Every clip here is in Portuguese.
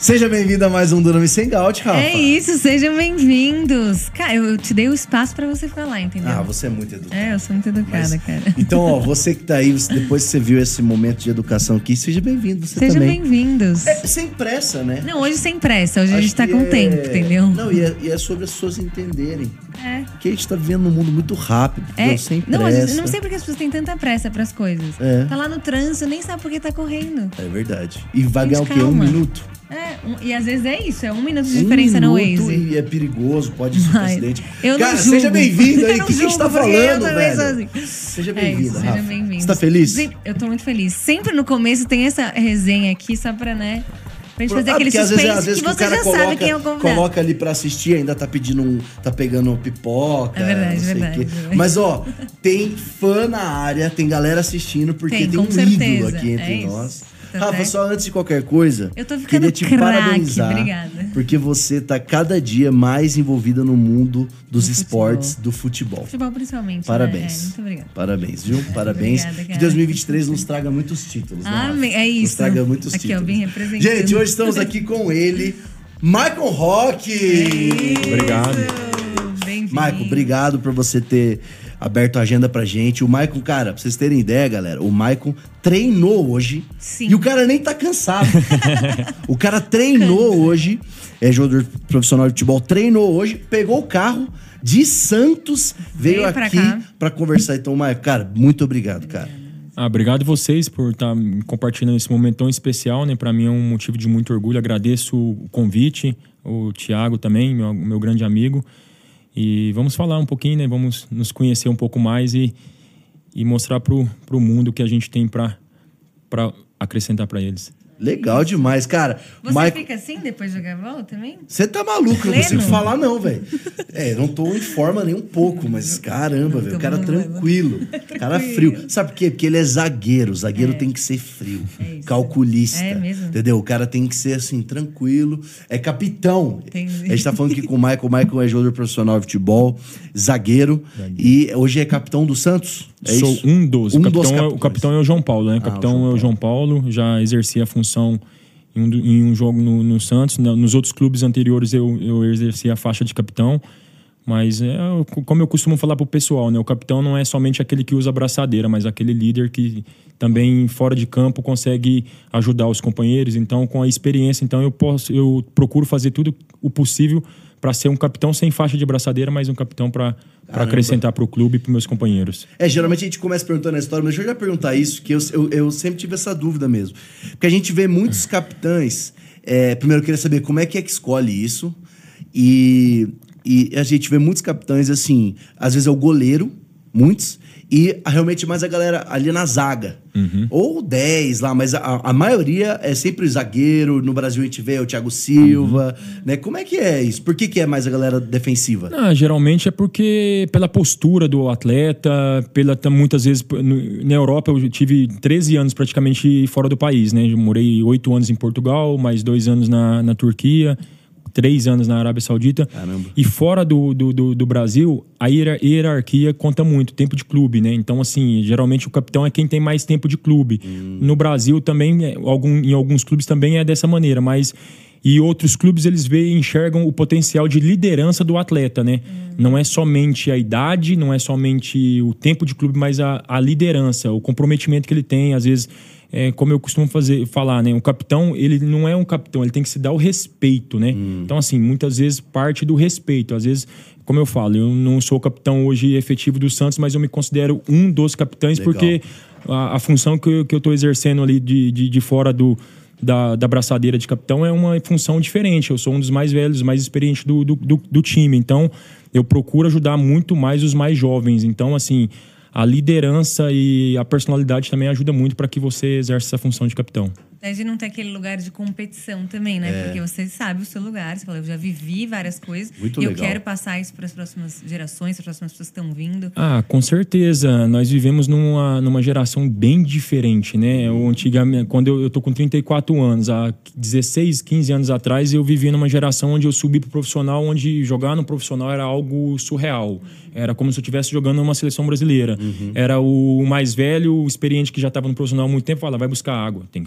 Seja bem-vindo a mais um Durame Sem Gaut, Rafa. É isso, sejam bem-vindos. Cara, eu te dei o espaço pra você falar, entendeu? Ah, você é muito educada. É, eu sou muito educada, cara. Então, ó, você que tá aí, depois que você viu esse momento de educação aqui, seja bem-vindo, você Sejam também. bem-vindos. Sem pressa, né? Não, hoje sem pressa, hoje a Acho gente tá que com tempo, entendeu? Não, e é sobre as pessoas entenderem. É. Que a gente tá vivendo num mundo muito rápido, entendeu? Sem pressa. Não, às vezes, não sei porque as pessoas têm tanta pressa pras coisas. É. Tá lá no trânsito, nem sabe por que tá correndo. É verdade. E vai ganhar o quê? calma. 1 minuto? E às vezes é isso, é 1 minuto de diferença no Waze. E é perigoso, pode ser um acidente. Eu Cara, não julgo. seja bem-vindo aí. Eu O que a gente tá não julgo, porque falando, eu também velho? sou assim. Seja bem-vindo, Seja Rafa. bem-vindo. Você tá feliz? Eu tô muito feliz. Sempre no começo tem essa resenha aqui, só pra, né? Pra gente fazer aquele porque suspense às vezes que você já sabe quem é o convidado. coloca ali pra assistir, ainda tá pedindo tá pegando pipoca. É verdade, não sei verdade, o quê. verdade. Mas, ó, tem fã na área, tem galera assistindo, porque tem um ídolo aqui entre nós. Rafa, só antes de qualquer coisa, eu tô ficando queria te craque, parabenizar. obrigada. Porque você tá cada dia mais envolvida no mundo dos esportes, do futebol. Futebol principalmente. Parabéns. Né? Muito obrigada. Parabéns, viu? Parabéns. Obrigada, cara. Que 2023 nos traga muitos títulos, né, Rafa? Amém. É isso. Nos traga muitos aqui, títulos. Ó, bem representando. Gente, hoje estamos aqui com ele, Maicon Roque. Obrigado. Bem-vindo. Maicon, obrigado por você ter aberto a agenda pra gente. O Maicon, cara, pra vocês terem ideia, galera, o Maicon treinou hoje. Sim. E o cara nem tá cansado. O cara treinou hoje, é jogador profissional de futebol, treinou hoje, pegou o carro de Santos, veio pra aqui cá. pra conversar. Então, Maicon, cara, muito obrigado, cara. Obrigado vocês por estar compartilhando esse momento tão especial, né? Para mim é um motivo de muito orgulho. Agradeço o convite, o Thiago também, meu grande amigo. E vamos falar um pouquinho, né? Vamos nos conhecer um pouco mais e mostrar pro mundo o que a gente tem para acrescentar para eles. Legal demais, cara. Você fica assim depois de jogar bola também? Você tá maluco, eu não Pleno? consigo falar não, velho. Não tô em forma nem um pouco, mas caramba, velho. O cara tranquilo. O cara frio. Sabe por quê? Porque ele é zagueiro. O zagueiro tem que ser frio. Calculista. É mesmo. Entendeu? O cara tem que ser assim, tranquilo. É capitão. Entendi. A gente tá falando aqui com o Maicon. O Maicon é jogador profissional de futebol, zagueiro. E hoje é capitão do Santos? Sou isso? um dos. Um O capitão é o João Paulo, né? O capitão é o João Paulo. Já exerci a função em um jogo no Santos. Nos outros clubes anteriores eu exerci a faixa de capitão. Mas como eu costumo falar pro pessoal, né? O capitão não é somente aquele que usa a braçadeira, mas aquele líder que também fora de campo consegue ajudar os companheiros. Então, com a experiência, então eu procuro fazer tudo o possível para ser um capitão sem faixa de braçadeira, mas um capitão para acrescentar para o clube e para meus companheiros. Geralmente a gente começa perguntando a história, mas deixa eu já perguntar isso, que eu sempre tive essa dúvida mesmo. Porque a gente vê muitos capitães. Primeiro, eu queria saber como é que escolhe isso. E a gente vê muitos capitães, assim, às vezes é o goleiro, muitos, e realmente mais a galera ali na zaga. Ou 10 lá, mas a maioria é sempre zagueiro. No Brasil a gente vê o Thiago Silva, né? Como é que é isso? Por que é mais a galera defensiva? Geralmente é porque pela postura do atleta, muitas vezes na Europa eu tive 13 anos praticamente fora do país, né? Eu morei 8 anos em Portugal, mais 2 anos na Turquia, 3 anos na Arábia Saudita. Caramba. E fora do Brasil, a hierarquia conta muito, tempo de clube, né? Então, assim, geralmente o capitão é quem tem mais tempo de clube. No Brasil também, em alguns clubes também é dessa maneira, mas... E outros clubes, eles enxergam o potencial de liderança do atleta, né? Não é somente a idade, não é somente o tempo de clube, mas a liderança, o comprometimento que ele tem, às vezes... como eu costumo falar, né? O capitão, ele não é um capitão, ele tem que se dar o respeito, né? Então, assim, muitas vezes parte do respeito. Às vezes, como eu falo, eu não sou capitão hoje efetivo do Santos, mas eu me considero um dos capitães. Legal. Porque a função que eu tô exercendo ali de fora da braçadeira de capitão é uma função diferente. Eu sou um dos mais velhos, mais experientes do time. Então, eu procuro ajudar muito mais os mais jovens. Então, assim... A liderança e a personalidade também ajuda muito para que você exerça essa função de capitão. De não ter aquele lugar de competição também, né? Porque você sabe o seu lugar. Você fala, eu já vivi várias coisas. Muito e legal. Eu quero passar isso para as próximas gerações, para as próximas pessoas que estão vindo. Com certeza. Nós vivemos numa geração bem diferente, né? Antigamente, quando eu tô com 34 anos, há 16, 15 anos atrás, eu vivia numa geração onde eu subi pro profissional, onde jogar no profissional era algo surreal. Era como se eu estivesse jogando numa seleção brasileira. Era o mais velho, o experiente que já estava no profissional há muito tempo, fala, vai buscar água. Tem que buscar água.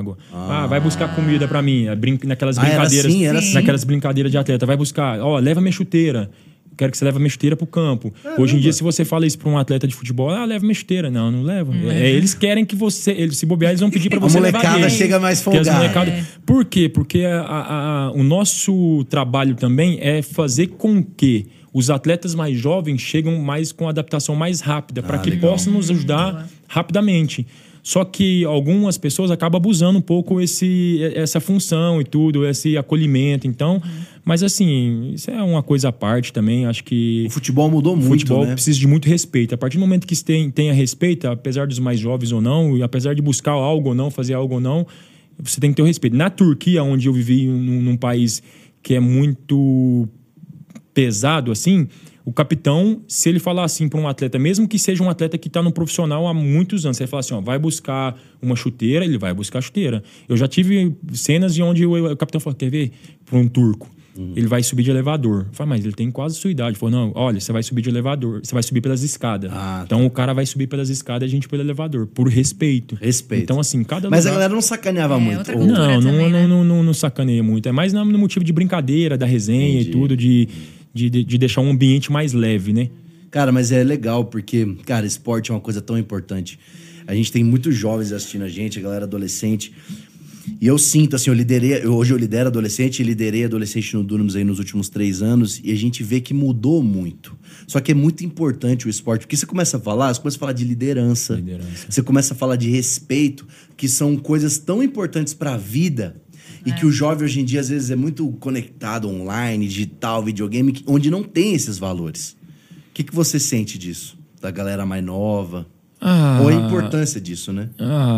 água. Vai buscar comida pra mim. Naquelas brincadeiras. Era assim. Naquelas brincadeiras de atleta. Vai buscar, leva minha chuteira. Quero que você leve a minha chuteira pro campo. Caramba. Hoje em dia, se você fala isso pra um atleta de futebol, leva minha chuteira. Não leva. Eles querem que você... Se bobear, eles vão pedir pra você levar. A molecada chega mais folgada. Por quê? Porque o nosso trabalho também é fazer com que os atletas mais jovens chegam mais com adaptação mais rápida, para que possam nos ajudar rapidamente. Só que algumas pessoas acabam abusando um pouco essa função e tudo, esse acolhimento. Então, mas assim, isso é uma coisa à parte também. Acho que o futebol mudou muito, O futebol né? precisa de muito respeito. A partir do momento que tenha respeito, apesar dos mais jovens ou não, e apesar de buscar algo ou não, fazer algo ou não, você tem que ter o respeito. Na Turquia, onde eu vivi, num país que é muito pesado, assim... O capitão, se ele falar assim para um atleta, mesmo que seja um atleta que está no profissional há muitos anos, se ele falar assim, vai buscar uma chuteira, ele vai buscar a chuteira. Eu já tive cenas de onde o capitão falou, quer ver? Para um turco. Ele vai subir de elevador. Eu falei, mas ele tem quase sua idade. Ele falou, não, olha, você vai subir de elevador, você vai subir pelas escadas. Então o cara vai subir pelas escadas e a gente pelo elevador, por respeito. Então assim, cada Mas lugar... a galera não sacaneava muito. Não sacaneia muito. É mais no motivo de brincadeira, da resenha e tudo, de deixar um ambiente mais leve, né? Cara, mas é legal porque, cara, esporte é uma coisa tão importante. A gente tem muitos jovens assistindo a gente, a galera adolescente. E eu sinto, assim, hoje eu lidero adolescente, liderei adolescente no Dunamis aí nos últimos 3 anos, e a gente vê que mudou muito. Só que é muito importante o esporte, porque você começa a falar de liderança. Você começa a falar de respeito, que são coisas tão importantes para a vida. E que o jovem hoje em dia, às vezes, é muito conectado online, digital, videogame, onde não tem esses valores. O que você sente disso? Da galera mais nova? Ou a importância disso, né?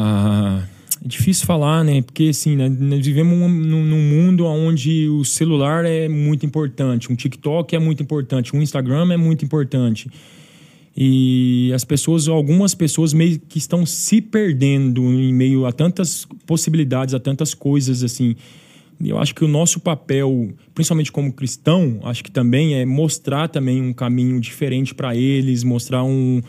É difícil falar, né? Porque, assim, nós vivemos num mundo onde o celular é muito importante, um TikTok é muito importante, um Instagram é muito importante. E algumas pessoas meio que estão se perdendo em meio a tantas possibilidades, a tantas coisas, assim. Eu acho que o nosso papel, principalmente como cristão, acho que também é mostrar também um caminho diferente para eles, mostrar um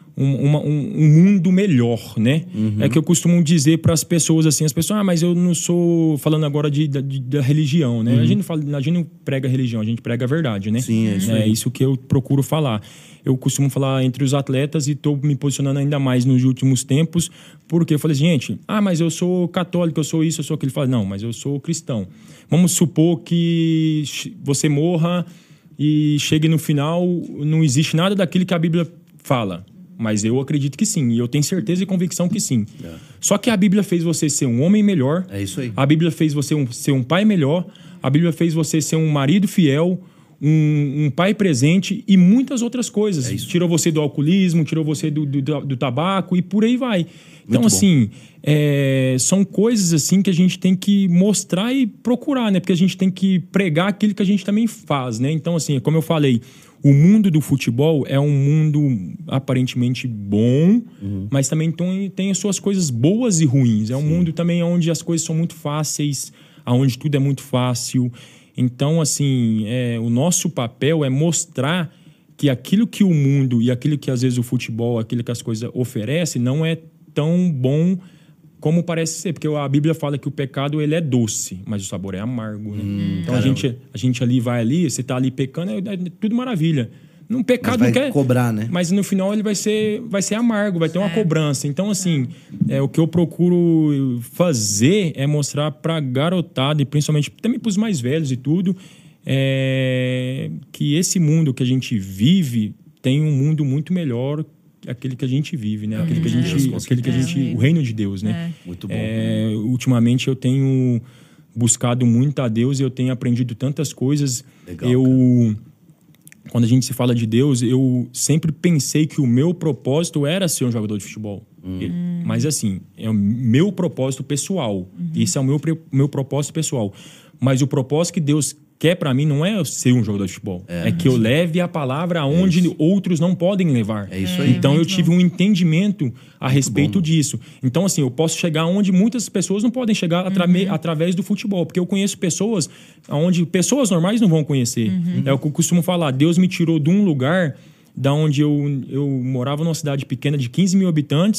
mundo melhor, né? É que eu costumo dizer para as pessoas assim, mas eu não sou falando agora da religião, né? A gente não prega religião, a gente prega a verdade, né? Sim, é isso aí. É isso que eu procuro falar. Eu costumo falar entre os atletas e estou me posicionando ainda mais nos últimos tempos, porque eu falei, gente, mas eu sou católico, eu sou isso, eu sou aquilo. Eu falei, não, mas eu sou cristão. Vamos supor que você morra e chegue no final, não existe nada daquilo que a Bíblia fala. Mas eu acredito que sim, e eu tenho certeza e convicção que sim. Só que a Bíblia fez você ser um homem melhor. É isso aí. A Bíblia fez você ser um pai melhor. A Bíblia fez você ser um marido fiel, um pai presente e muitas outras coisas. Tirou você do alcoolismo, tirou você do tabaco e por aí vai. Então, assim, são coisas assim que a gente tem que mostrar e procurar, né? Porque a gente tem que pregar aquilo que a gente também faz, né? Então, assim, como eu falei, o mundo do futebol é um mundo aparentemente bom, mas também tem as suas coisas boas e ruins. É um mundo também onde as coisas são muito fáceis, onde tudo é muito fácil. Então, assim, o nosso papel é mostrar que aquilo que o mundo e aquilo que às vezes o futebol, aquilo que as coisas oferecem, não é tão bom como parece ser. Porque a Bíblia fala que o pecado ele é doce, mas o sabor é amargo. Né? Então a gente ali vai ali, você tá ali pecando, é tudo maravilha. Um pecado mas não quer cobrar, né? Mas no final ele vai ser amargo, vai ter uma cobrança. Então, assim, o que eu procuro fazer é mostrar pra garotada, e principalmente também pros mais velhos e tudo, que esse mundo que a gente vive tem um mundo muito melhor que aquele que a gente vive, né? O reino de Deus, né? Muito bom. Ultimamente eu tenho buscado muito a Deus e eu tenho aprendido tantas coisas. Legal, Quando a gente se fala de Deus, eu sempre pensei que o meu propósito era ser um jogador de futebol. Mas assim, é o meu propósito pessoal. Esse é o meu propósito pessoal. Mas o propósito que Deus quer pra mim não é ser um jogador de futebol. É que eu leve a palavra aonde outros não podem levar. É isso aí. Então eu tive um entendimento a respeito disso. Então assim, eu posso chegar onde muitas pessoas não podem chegar através do futebol. Porque eu conheço pessoas onde pessoas normais não vão conhecer. É o que eu costumo falar. Deus me tirou de um lugar da onde eu morava numa cidade pequena de 15 mil habitantes,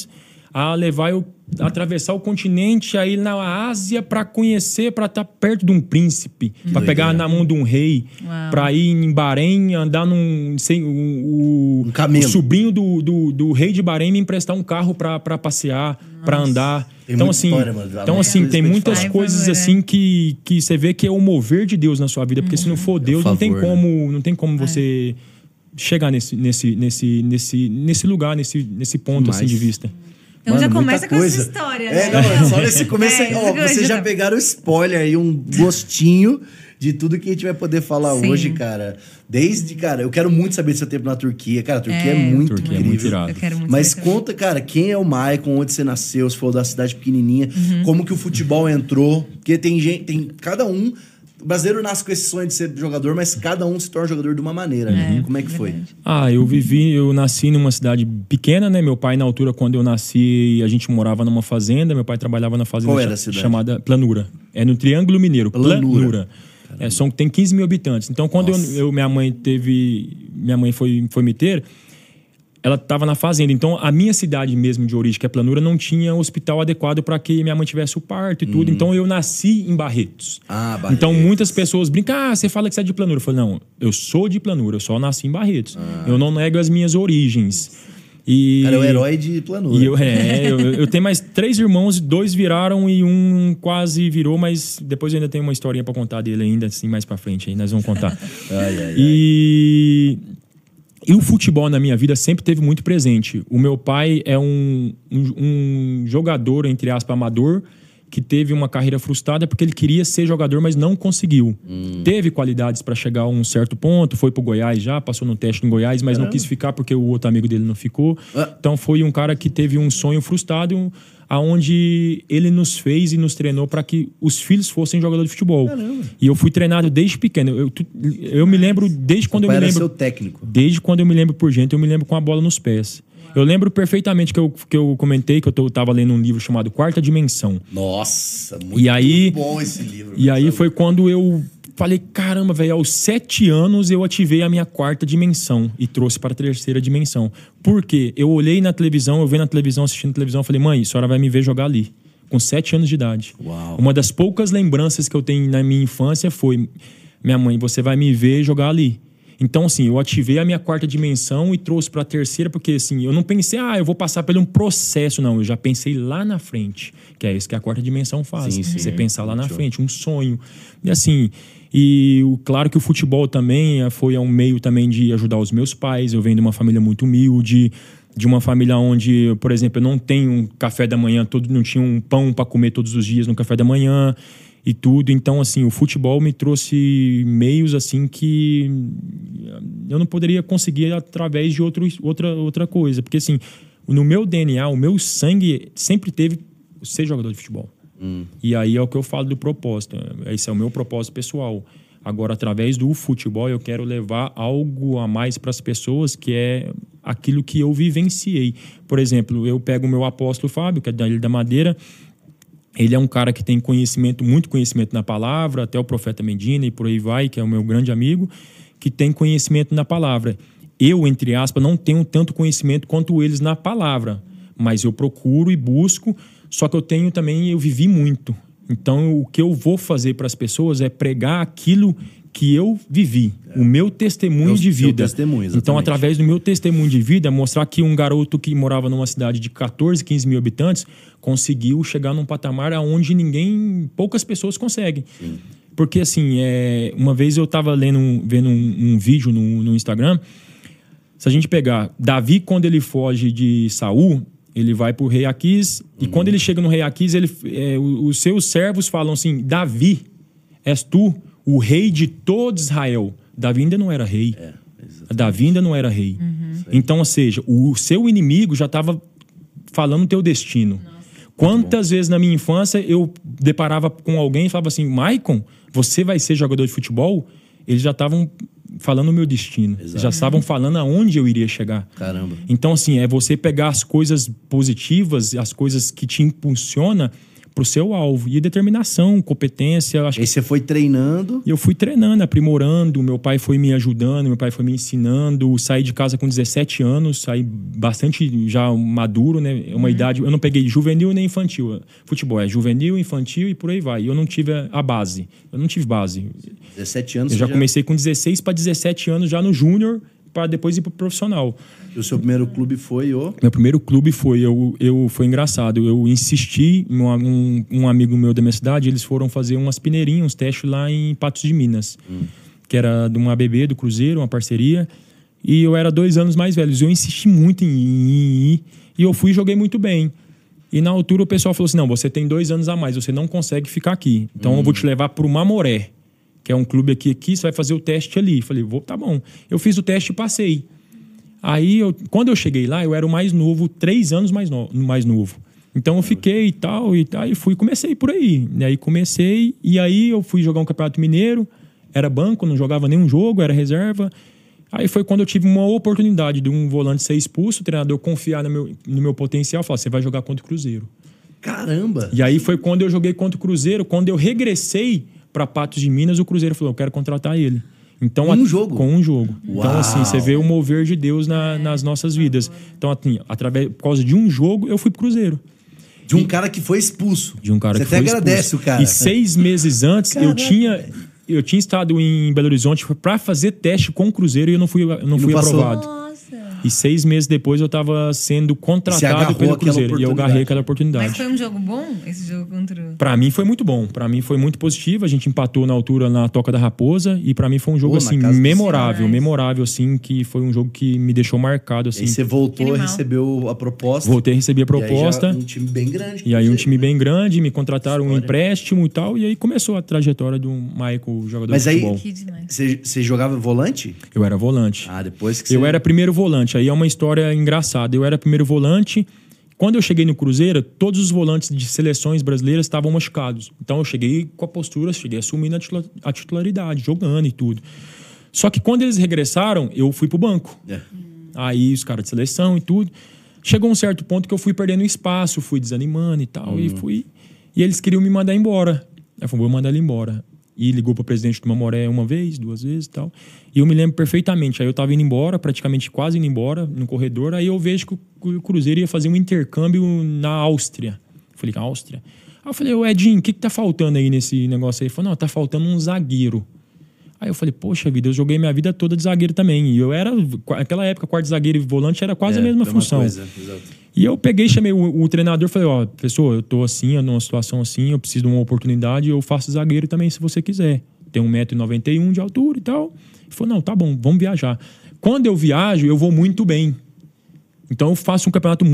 a levar eu a atravessar o continente, a ir na Ásia para conhecer, para estar perto de um príncipe, para pegar na mão de um rei, para ir em Bahrein, andar num... O sobrinho do rei de Bahrein me emprestar um carro para passear, para andar. Então, assim, tem muitas coisas assim que você vê que é o mover de Deus na sua vida, porque se não for Deus, não tem como você chegar nesse lugar, nesse ponto assim de vista. Então já começa com essa história, né? Só nesse começo aí, vocês já pegaram spoiler aí, um gostinho de tudo que a gente vai poder falar hoje, cara. Cara, eu quero muito saber do seu tempo na Turquia. Cara, a Turquia é muito incrível. Eu quero muito Mas conta, cara, quem é o Maicon, onde você nasceu, se for da cidade pequenininha, como que o futebol entrou. Porque tem cada um... O brasileiro nasce com esse sonho de ser jogador, mas cada um se torna jogador de uma maneira, né? Como é que foi? Eu nasci numa cidade pequena, né? Meu pai, na altura, quando eu nasci, a gente morava numa fazenda. Meu pai trabalhava na fazenda. Qual era a cidade? Chamada Planura. É no Triângulo Mineiro. Planura. Tem 15 mil habitantes. Então, quando minha mãe foi me ter, ela estava na fazenda. Então, a minha cidade mesmo de origem, que é Planura, não tinha hospital adequado para que minha mãe tivesse o parto e tudo. Então, eu nasci em Barretos. Barretos. Então, muitas pessoas brincam, você fala que você é de Planura. Eu falo, não, eu sou de Planura, eu só nasci em Barretos. Eu não nego as minhas origens. Cara, é o herói de Planura. Eu tenho mais 3 irmãos, 2 viraram e um quase virou, mas depois eu ainda tenho uma historinha para contar dele ainda, assim, mais para frente. Aí nós vamos contar. E o futebol na minha vida sempre teve muito presente. O meu pai é um jogador, entre aspas, amador, que teve uma carreira frustrada porque ele queria ser jogador, mas não conseguiu. Teve qualidades para chegar a um certo ponto, foi pro Goiás já, passou no teste em Goiás, mas não quis ficar porque o outro amigo dele não ficou. Então foi um cara que teve um sonho frustrado, aonde ele nos fez e nos treinou para que os filhos fossem jogadores de futebol. Caramba. E eu fui treinado desde pequeno. Eu me lembro, desde quando eu me lembro... seu técnico. Desde quando eu me lembro por gente, eu me lembro com a bola nos pés. Eu lembro perfeitamente que eu comentei que eu tava lendo um livro chamado Quarta Dimensão. Nossa, muito bom esse livro. E aí foi quando eu falei, caramba, velho, aos 7 anos eu ativei a minha 4ª dimensão e trouxe para a 3ª dimensão. Por quê? Eu olhei na televisão, eu vi na televisão, assistindo televisão, falei, mãe, a senhora vai me ver jogar ali, com 7 anos de idade. Uau. Uma das poucas lembranças que eu tenho na minha infância foi, minha mãe, você vai me ver jogar ali. Então, assim, eu ativei a minha 4ª dimensão e trouxe para a 3ª, porque, assim, eu não pensei, eu vou passar por um processo, não. Eu já pensei lá na frente, que é isso que a 4ª dimensão faz. Sim. Você pensar lá na frente, um sonho. E, assim, claro que o futebol também foi um meio também de ajudar os meus pais. Eu venho de uma família muito humilde, de uma família onde, por exemplo, eu não tenho um café da manhã, não tinha um pão para comer todos os dias no café da manhã. E tudo, então assim, o futebol me trouxe meios assim que eu não poderia conseguir através de outra coisa, porque assim, no meu DNA, o meu sangue sempre teve ser jogador de futebol. E aí é o que eu falo do propósito, esse é o meu propósito pessoal. Agora, através do futebol, eu quero levar algo a mais para as pessoas, que é aquilo que eu vivenciei. Por exemplo, eu pego o meu apóstolo Fábio, que é da Ilha da Madeira. Ele é um cara que tem muito conhecimento na palavra, até o profeta Medina e por aí vai, que é o meu grande amigo, que tem conhecimento na palavra. Eu, entre aspas, não tenho tanto conhecimento quanto eles na palavra, mas eu procuro e busco, só que eu vivi muito. Então, o que eu vou fazer para as pessoas é pregar aquilo que eu vivi, o meu testemunho de vida. Então, através do meu testemunho de vida, mostrar que um garoto que morava numa cidade de 14, 15 mil habitantes conseguiu chegar num patamar aonde poucas pessoas conseguem. Sim. Porque, assim, uma vez eu estava vendo um vídeo no Instagram, se a gente pegar Davi, quando ele foge de Saul, ele vai pro rei Aquis, e quando ele chega no rei Aquis, os seus servos falam assim, Davi, és tu o rei de todo Israel. Davi ainda não era rei. Davi ainda não era rei. Então, ou seja, o seu inimigo já estava falando o teu destino. Quantas vezes na minha infância eu deparava com alguém e falava assim, Maicon, você vai ser jogador de futebol? Eles já estavam falando o meu destino. Já estavam falando aonde eu iria chegar. Caramba. Então, assim, é você pegar as coisas positivas, as coisas que te impulsionam, pro seu alvo. E determinação, competência. Acho Aí você foi treinando. eu fui treinando, aprimorando. Meu pai foi me ajudando, meu pai foi me ensinando. Saí de casa com 17 anos, saí bastante já maduro, né? Uma idade. Eu não peguei juvenil nem infantil. Futebol é juvenil, infantil e por aí vai. Eu não tive a base. Eu não tive base. 17 anos. Eu já comecei com 16 para 17 anos já no júnior, para depois ir pro profissional. E o seu primeiro clube foi o... Meu primeiro clube foi foi engraçado. Eu insisti, um amigo meu da minha cidade, eles foram fazer umas peneirinhas, uns testes lá em Patos de Minas, que era de uma ABB do Cruzeiro, uma parceria. E eu era 2 anos mais velho. Eu insisti muito em ir. E eu fui e joguei muito bem. E na altura o pessoal falou assim: não, você tem 2 anos a mais, você não consegue ficar aqui. Então eu vou te levar pro Mamoré, que é um clube aqui, você vai fazer o teste ali. Falei, tá bom. Eu fiz o teste e passei. Aí, quando eu cheguei lá, eu era o mais novo, 3 anos mais novo. Então eu fiquei e tal, e comecei por aí. E aí comecei, e aí eu fui jogar um Campeonato Mineiro, era banco, não jogava nenhum jogo, era reserva. Aí foi quando eu tive uma oportunidade de um volante ser expulso, o treinador confiar no meu potencial, falar, você vai jogar contra o Cruzeiro. Caramba! E aí foi quando eu joguei contra o Cruzeiro, quando eu regressei para Patos de Minas, o Cruzeiro falou, eu quero contratar ele. Então, com um jogo? Com um jogo. Uau. Então, assim, você vê o mover de Deus nas nossas vidas. Então, assim, por causa de um jogo, eu fui pro Cruzeiro. De um cara que foi expulso. De um cara você que foi expulso. Você até agradece o cara. E 6 meses antes, eu tinha estado em Belo Horizonte para fazer teste com o Cruzeiro e eu não fui aprovado. Nossa. E 6 meses depois eu estava sendo contratado pelo Cruzeiro. E eu agarrei aquela oportunidade. Mas foi um jogo bom, esse jogo contra o... Pra mim foi muito bom. Pra mim foi muito positivo. A gente empatou na altura na Toca da Raposa. E pra mim foi um jogo, assim, memorável, assim, que foi um jogo que me deixou marcado, assim. E você voltou, recebeu a proposta. Voltei a receber a proposta. E aí um time bem grande. E aí um time bem grande, me contrataram um empréstimo e tal. E aí começou a trajetória do Michael, jogador de futebol. Mas aí, você jogava volante? Eu era volante. Ah, depois que Eu era primeiro volante. Aí é uma história engraçada. Eu era primeiro volante. Quando eu cheguei no Cruzeiro, todos os volantes de seleções brasileiras estavam machucados. Então eu cheguei com a postura, assumindo a titularidade, jogando e tudo. Só que quando eles regressaram, eu fui pro banco. Aí os caras de seleção e tudo. Chegou um certo ponto que eu fui perdendo espaço, fui desanimando e tal. E eles queriam me mandar embora. Eu falei, vou mandar ele embora. E ligou para o presidente do Mamoré 1 vez, 2 vezes e tal. E eu me lembro perfeitamente. Aí eu tava indo embora, praticamente quase indo embora, no corredor. Aí eu vejo que o Cruzeiro ia fazer um intercâmbio na Áustria. Eu falei, Áustria? Aí eu falei, Edinho, o que tá faltando aí nesse negócio aí? Ele falou, não, tá faltando um zagueiro. Aí eu falei, poxa vida, eu joguei minha vida toda de zagueiro também. E eu era, naquela época, quarto zagueiro e volante era quase a mesma função. E eu peguei, chamei o treinador e falei, pessoal, eu tô assim, eu numa situação assim, eu preciso de uma oportunidade, eu faço zagueiro também, se você quiser. Tem 1,91 m de altura e tal. Ele falou, não, tá bom, vamos viajar. Quando eu viajo, eu vou muito bem. Então eu faço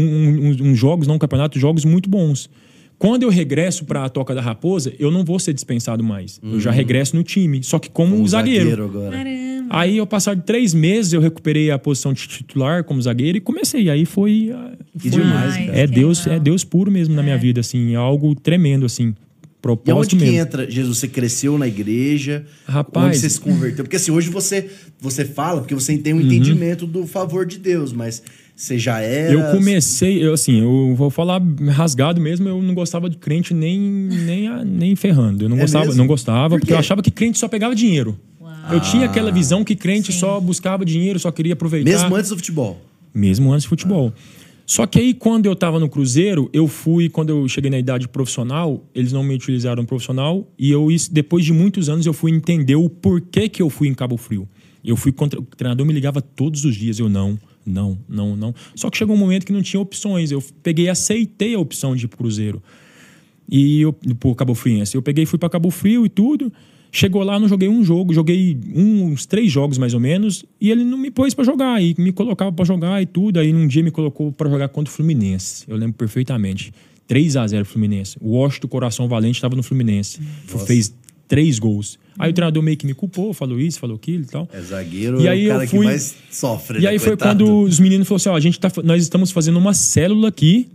jogos muito bons. Quando eu regresso para a Toca da Raposa, eu não vou ser dispensado mais. Eu já regresso no time, só que como zagueiro. Caramba. Aí, ao passar de 3 meses, eu recuperei a posição de titular como zagueiro e comecei. Aí foi demais, cara. É Deus puro mesmo na minha vida, assim. É algo tremendo, assim. E onde que entra, Jesus? Você cresceu na igreja? Rapaz... Onde você se converteu? Porque assim, hoje você fala, porque você tem um entendimento do favor de Deus, mas você já era... Eu comecei, eu vou falar rasgado mesmo, eu não gostava de crente nem ferrando. Eu não gostava porque eu achava que crente só pegava dinheiro. Eu tinha aquela visão que crente só buscava dinheiro, só queria aproveitar. Mesmo antes do futebol? Mesmo antes do futebol. Só que aí, quando eu tava no Cruzeiro, quando eu cheguei na idade profissional, eles não me utilizaram no profissional, e depois de muitos anos, eu fui entender o porquê que eu fui em Cabo Frio. O treinador me ligava todos os dias, eu não. Só que chegou um momento que não tinha opções, eu peguei e aceitei a opção de ir pro Cruzeiro. Pro Cabo Friense. Eu peguei e fui pra Cabo Frio e tudo. Chegou lá, não joguei um jogo, joguei uns 3 jogos mais ou menos, e ele não me pôs pra jogar, e me colocava pra jogar e tudo. Aí num dia me colocou pra jogar contra o Fluminense, eu lembro perfeitamente. 3-0 Fluminense. O Washington Coração Valente estava no Fluminense. Fez 3 gols. Aí o treinador meio que me culpou, falou isso, falou aquilo e tal. É zagueiro, e aí é o cara que mais sofre. E aí foi quando os meninos falaram assim, nós estamos fazendo uma célula aqui,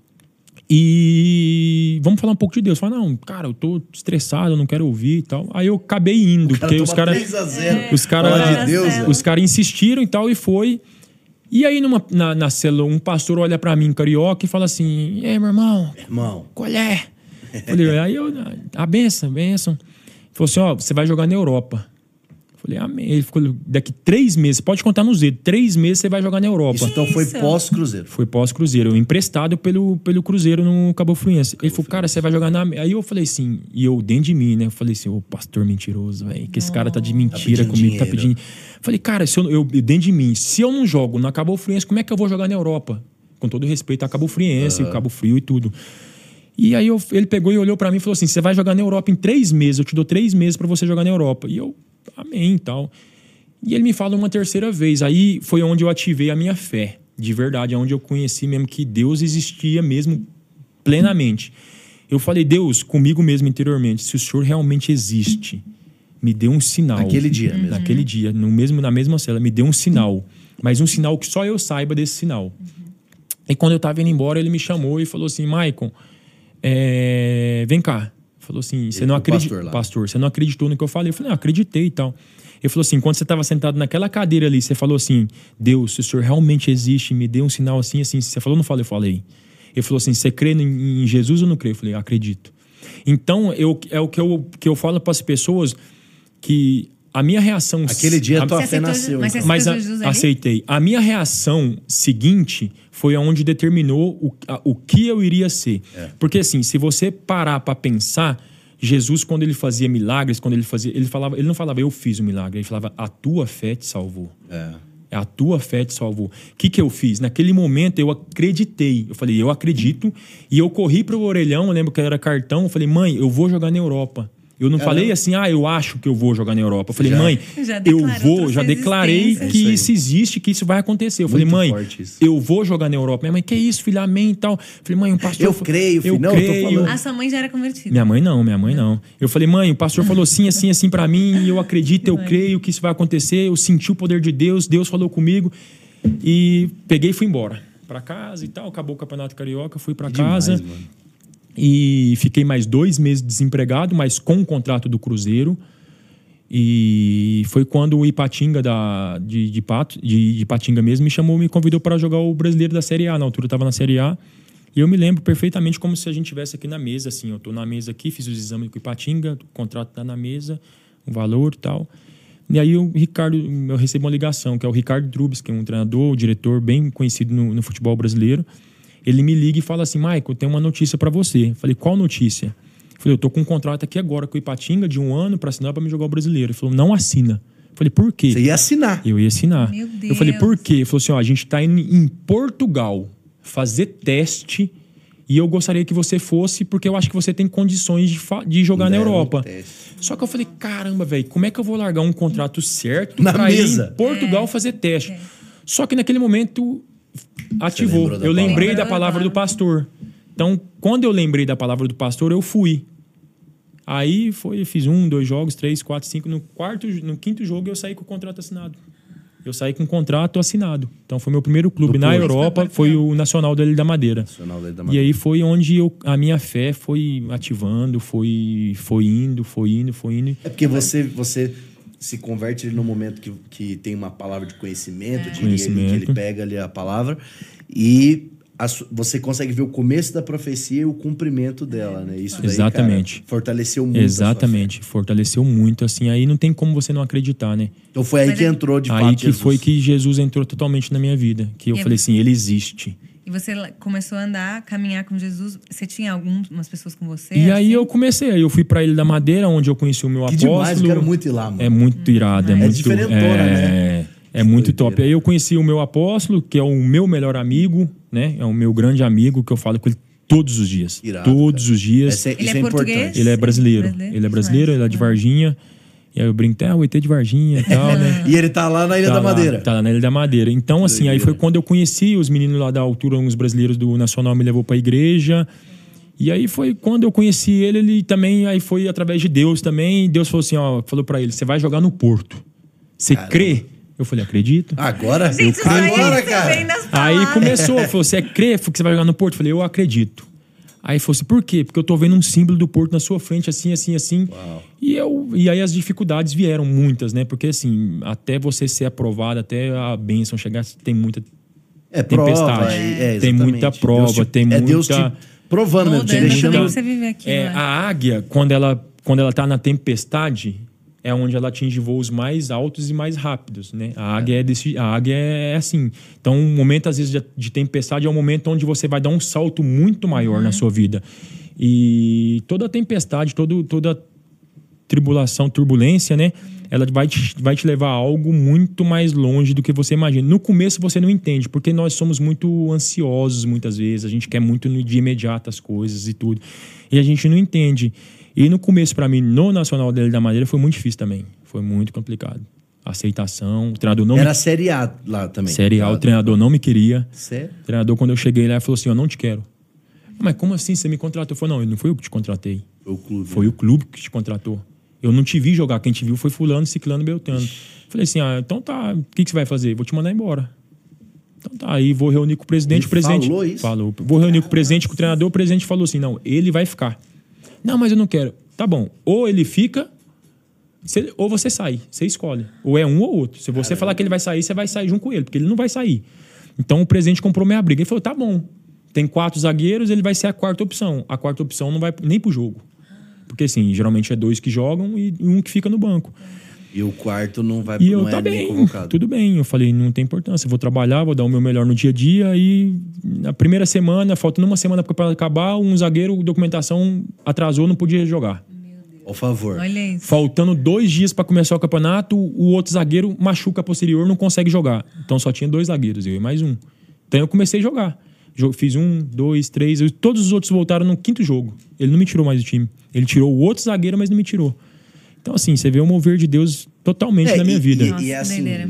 e vamos falar um pouco de Deus. Eu falei, não, cara, eu tô estressado, eu não quero ouvir e tal. Aí eu acabei indo, porque os caras... 3-0. Os caras insistiram e tal, e foi. E aí na célula, um pastor olha pra mim, carioca, e fala assim, meu irmão, qual é? Falei, aí eu, a benção. Falou assim, ó, você vai jogar na Europa. Falei, amém. Ele ficou, daqui 3 meses, pode contar nos dedos, 3 meses você vai jogar na Europa. Isso então foi pós-Cruzeiro. Foi pós-Cruzeiro, emprestado pelo Cruzeiro no Cabo Friense. Ele falou, cara, você vai jogar na... Aí eu falei assim, e eu dentro de mim, né? Eu falei assim, ô pastor mentiroso, velho, que esse cara tá de mentira comigo, tá pedindo... Falei, cara, se eu dentro de mim, se eu não jogo no Cabo Friense, como é que eu vou jogar na Europa? Com todo respeito a Cabo Friense, Cabo Frio e tudo. E aí ele pegou e olhou pra mim e falou assim, você vai jogar na Europa em 3 meses, eu te dou 3 meses pra você jogar na Europa. E eu... Amém e tal. E ele me fala uma terceira vez. Aí foi onde eu ativei a minha fé, de verdade, onde eu conheci mesmo que Deus existia mesmo plenamente. Eu falei, Deus, comigo mesmo interiormente, se o Senhor realmente existe, me dê um sinal. Naquele dia mesmo. Naquele dia, na mesma cela, me dê um sinal. Mas um sinal que só eu saiba desse sinal. E quando eu tava indo embora, ele me chamou e falou assim, Maicon, vem cá. Falou assim, você não acreditou, pastor, você não acreditou no que eu falei? Eu falei, não, acreditei e tal. Ele falou assim, quando você estava sentado naquela cadeira ali, você falou assim, Deus, se o Senhor realmente existe, me dê um sinal assim, assim. Você falou ou não falou? Eu falei. Ele falou assim, você crê em Jesus ou não crê? Eu falei, acredito. Então, é o que eu falo para as pessoas, que a minha reação... Aquele dia a tua fé nasceu. Mas aceitei. A minha reação seguinte foi aonde determinou o que eu iria ser. Porque assim, se você parar para pensar, Jesus, quando ele fazia milagres, ele não falava, eu fiz o milagre. Ele falava, a tua fé te salvou. A tua fé te salvou. O que eu fiz? Naquele momento eu acreditei. Eu falei, eu acredito. E eu corri pro orelhão, eu lembro que era cartão. Eu falei, mãe, eu vou jogar na Europa. Eu não falei assim, eu acho que eu vou jogar na Europa. Eu falei, mãe, já declarei que isso existe, que isso vai acontecer. Eu falei, mãe, eu vou jogar na Europa. Minha mãe, que isso, filha, amém e tal. Eu falei, mãe, o pastor... Eu creio, filho. Não, eu tô falando. A sua mãe já era convertida. Minha mãe não. Eu falei, mãe, o pastor falou assim pra mim, e eu acredito, eu creio que isso vai acontecer. Eu senti o poder de Deus, Deus falou comigo. E peguei e fui embora pra casa e tal. Acabou o Campeonato Carioca, fui pra casa. Demais, mano. E fiquei mais 2 meses desempregado, mas com o contrato do Cruzeiro. E foi quando o Ipatinga de Ipatinga mesmo me convidou para jogar o Brasileiro da Série A. Na altura eu estava na Série A. E eu me lembro perfeitamente como se a gente estivesse aqui na mesa. Assim, eu estou na mesa aqui, fiz os exames com o Ipatinga, o contrato está na mesa, o valor e tal. E aí eu recebo uma ligação, que é o Ricardo Drubes, que é um treinador, um diretor bem conhecido no futebol brasileiro. Ele me liga e fala assim, Maicon, tem uma notícia pra você. Eu falei, qual notícia? Eu falei, eu tô com um contrato aqui agora com o Ipatinga de 1 ano pra assinar pra me jogar o Brasileiro. Ele falou, não assina. Eu falei, por quê? Você ia assinar. Eu ia assinar. Meu Deus. Eu falei, por quê? Ele falou assim, a gente tá indo em Portugal fazer teste e eu gostaria que você fosse porque eu acho que você tem condições de jogar na Europa. Só que eu falei, caramba, velho, como é que eu vou largar um contrato certo pra ir em Portugal fazer teste? Só que naquele momento... ativou. Eu lembrei da palavra do pastor. Então, quando eu lembrei da palavra do pastor, eu fui. Aí fiz 1, 2 jogos, 3, 4, 5. No 5º jogo eu saí com o contrato assinado. Eu saí com o contrato assinado. Então foi meu primeiro clube na Europa, foi o Nacional da Ilha da Madeira. E aí foi onde a minha fé foi ativando, foi indo. É porque você se converte no momento que tem uma palavra de conhecimento, que ele pega ali a palavra e você consegue ver o começo da profecia e o cumprimento dela, né? Isso daí, exatamente. Cara, fortaleceu muito. Exatamente, fortaleceu muito, assim, aí não tem como você não acreditar, né? Então foi aí que entrou de fato Jesus. Aí que foi que Jesus entrou totalmente na minha vida, que eu falei assim, ele existe. E você começou a andar, caminhar com Jesus. Você tinha algumas pessoas com você? E aí eu comecei. Aí eu fui pra Ilha da Madeira, onde eu conheci o meu apóstolo. Demais, eu quero muito ir lá, mano. É muito irado. É diferentona, né? É muito top. Aí eu conheci o meu apóstolo, que é o meu melhor amigo, né? É o meu grande amigo, que eu falo com ele todos os dias. Irado, todos os dias. Ele é português? Ele é brasileiro. Ele é brasileiro, ele é de Varginha. E aí eu brinco, o ET de Varginha e tal, né? E ele tá lá na Ilha da Madeira. Tá lá na Ilha da Madeira. Então, assim, aí foi quando eu conheci os meninos lá da altura, uns brasileiros do Nacional me levou pra igreja. E aí foi quando eu conheci ele também, aí foi através de Deus também. Deus falou assim, falou pra ele, você vai jogar no Porto. Você crê? Eu falei, acredito. Agora? Gente, eu creio. Agora, cara. Aí começou, falou, você crê que você vai jogar no Porto? Eu falei, eu acredito. Aí falou assim, por quê? Porque eu tô vendo um símbolo do Porto na sua frente, assim. Uau. E aí as dificuldades vieram, muitas, né? Porque assim, até você ser aprovado, até a bênção chegar, tem muita tempestade. Prova, tem muita prova, tem muita... Provando mesmo. Mudando também Deixando... pra você viver aquilo. A águia, quando ela tá na tempestade, é onde ela atinge voos mais altos e mais rápidos, né? A águia é assim. Então, um momento, às vezes, de tempestade é um momento onde você vai dar um salto muito maior na sua vida. E toda tempestade, toda tribulação, turbulência, né? Ela vai te levar a algo muito mais longe do que você imagina. No começo você não entende, porque nós somos muito ansiosos muitas vezes, a gente quer muito de imediato as coisas e tudo. E a gente não entende. E no começo, para mim, no Nacional da Ilha da Madeira, foi muito difícil também. Foi muito complicado. Aceitação, o treinador não... Era Série A lá também. Série A, o treinador não me queria. Sério? O treinador, quando eu cheguei lá, falou assim, eu não te quero. Mas como assim você me contratou? Eu falei, não foi eu que te contratei. Foi o clube. Foi o clube que te contratou. Eu não te vi jogar, quem te viu foi fulano, ciclano, beltano. Falei assim, então tá, o que você vai fazer? Vou te mandar embora. Então tá, aí vou reunir com o presidente. Ele O presidente falou isso? falou. Vou reunir com o presidente, com o treinador, o presidente falou assim, não, ele vai ficar. Não, mas eu não quero. Tá bom, ou ele fica, ou você sai, você escolhe. Ou é um ou outro. Se você falar que ele vai sair, você vai sair junto com ele, porque ele não vai sair. Então o presidente comprou minha briga. Ele falou, tá bom, tem 4 zagueiros, ele vai ser a 4ª opção. A 4ª opção não vai nem pro jogo. Porque assim, geralmente é 2 que jogam e um que fica no banco. E o quarto não vai E eu, não tá é nem bem, convocado. tudo bem. Eu falei, não tem importância, eu vou trabalhar, vou dar o meu melhor no dia a dia. E na primeira semana, faltando uma semana para acabar, um zagueiro, documentação atrasou, não podia jogar. Por favor. Olha isso. Faltando 2 dias para começar o campeonato, o outro zagueiro machuca a posterior, não consegue jogar. Então só tinha 2 zagueiros, eu e mais um. Então eu comecei a jogar. Fiz 1, 2, 3. Todos os outros voltaram no 5º jogo. Ele não me tirou mais do time. Ele tirou o outro zagueiro, mas não me tirou. Então, assim, você vê o mover de Deus totalmente na minha vida. Nossa, E é assim, doideira.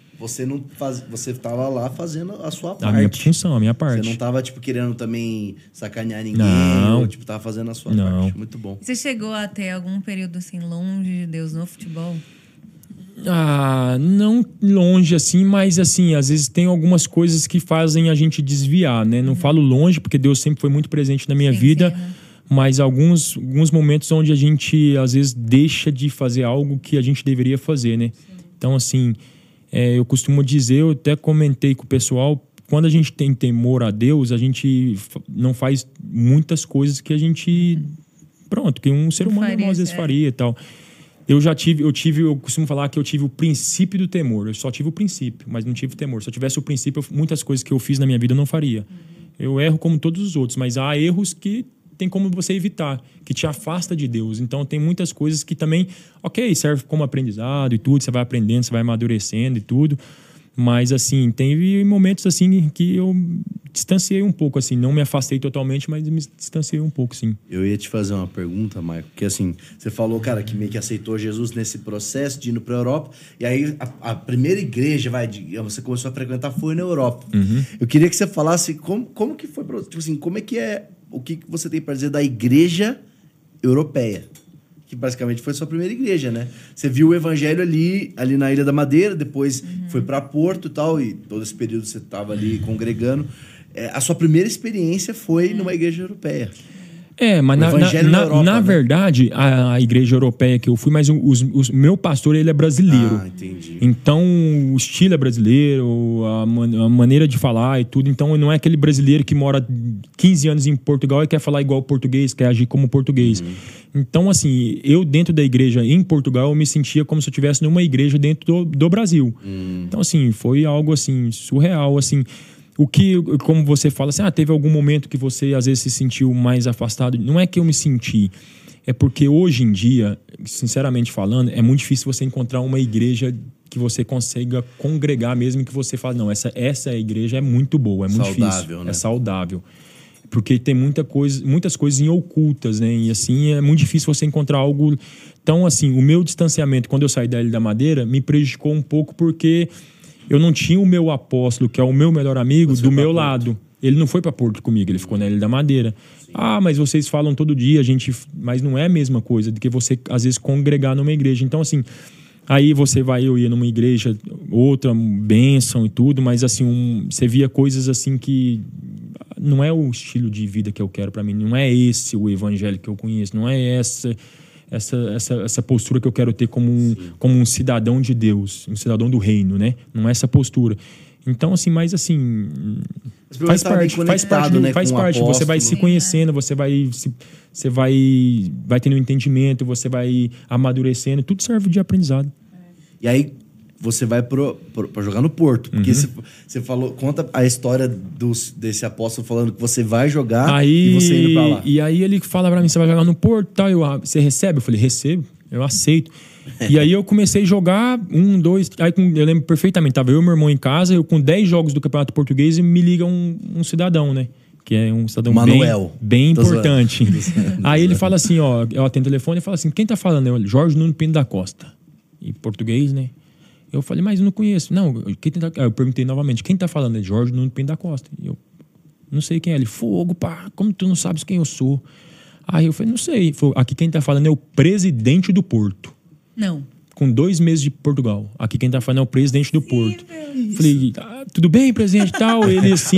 você tava lá fazendo a sua parte. A minha função, a minha parte. Você não tava, tipo, querendo também sacanear ninguém. Não. Ou, tipo, tava fazendo a sua Não. parte. Muito bom. Você chegou a ter algum período, assim, longe de Deus no futebol? Não longe assim, mas assim, às vezes tem algumas coisas que fazem a gente desviar, né? Não falo longe, porque Deus sempre foi muito presente na minha vida, mas alguns momentos onde a gente, às vezes, deixa de fazer algo que a gente deveria fazer, né? Então, assim, eu costumo dizer, eu até comentei com o pessoal, quando a gente tem temor a Deus, a gente não faz muitas coisas que a gente... Pronto, que um ser humano normal, às vezes faria e tal. Eu costumo falar que eu tive o princípio do temor. Eu só tive o princípio, mas não tive o temor. Se eu tivesse o princípio, muitas coisas que eu fiz na minha vida eu não faria. Eu erro como todos os outros, mas há erros que tem como você evitar, que te afasta de Deus. Então tem muitas coisas que também, serve como aprendizado e tudo, você vai aprendendo, você vai amadurecendo e tudo. Mas, assim, teve momentos, assim, que eu distanciei um pouco, assim. Não me afastei totalmente, mas me distanciei um pouco, sim. Eu ia te fazer uma pergunta, Maicon, que, assim, você falou, cara, que meio que aceitou Jesus nesse processo de ir para a Europa, e aí a primeira igreja, você começou a frequentar foi na Europa. Eu queria que você falasse como que foi, tipo assim, como é que o que você tem para dizer da igreja europeia? Que basicamente foi a sua primeira igreja, né? Você viu o evangelho ali na Ilha da Madeira, depois foi para Porto e tal, e todo esse período você estava ali congregando. A sua primeira experiência foi numa igreja europeia. Mas na verdade, a igreja europeia que eu fui, mas o meu pastor, ele é brasileiro. Entendi. Então, o estilo é brasileiro, a maneira de falar e tudo. Então, não é aquele brasileiro que mora 15 anos em Portugal e quer falar igual português, quer agir como português. Então, assim, eu dentro da igreja em Portugal, eu me sentia como se eu estivesse numa igreja dentro do Brasil. Então, assim, foi algo, assim, surreal, assim... O que, como você fala assim, teve algum momento que você às vezes se sentiu mais afastado? Não é que eu me senti, é porque hoje em dia, sinceramente falando, é muito difícil você encontrar uma igreja que você consiga congregar mesmo que você fale, não, essa igreja é muito boa, é muito difícil, né? É saudável. Porque tem muitas coisas em ocultas, né? E assim, é muito difícil você encontrar algo... Então, assim, o meu distanciamento, quando eu saí da Ilha da Madeira, me prejudicou um pouco porque... Eu não tinha o meu apóstolo, que é o meu melhor amigo, do meu lado. Ele não foi para Porto comigo, ele ficou na Ilha da Madeira. Sim. Mas vocês falam todo dia, mas não é a mesma coisa do que você, às vezes, congregar numa igreja. Então, assim, aí eu ia numa igreja, outra, bênção e tudo, mas, assim, você via coisas, assim, que não é o estilo de vida que eu quero para mim, não é esse o evangelho que eu conheço, não é essa postura que eu quero ter como um cidadão de Deus, um cidadão do reino, né? Não é essa postura. Então, assim, mas assim... Faz parte, né, faz parte. Você vai se conhecendo, você vai tendo um entendimento, você vai amadurecendo, tudo serve de aprendizado. E aí você vai pra jogar no Porto, porque você falou, conta a história desse apóstolo falando que você vai jogar e você indo pra lá. E aí ele fala pra mim, você vai jogar no Porto, tal, você recebe? Eu falei, recebo, eu aceito. E aí eu comecei a jogar, 1, 2... Aí eu lembro perfeitamente, tava eu e meu irmão em casa, eu com 10 jogos do Campeonato Português e me liga um cidadão, né? Que é um cidadão bem importante. Aí ele fala assim, ó, eu atendo o telefone e fala assim, quem tá falando? Eu, Jorge Nuno Pinto da Costa. Em português, né? Eu falei, mas eu não conheço. Não, eu perguntei novamente, quem tá falando? É Jorge Nuno Pinto da Costa. Eu não sei quem é. Ele, fogo, pá, como tu não sabes quem eu sou? Aí eu falei, não sei. Ele falou, aqui quem tá falando é o presidente do Porto. Não. Com 2 meses de Portugal. Aqui quem tá falando é o presidente do Porto. Falei, tudo bem, presidente, tal? Ele assim...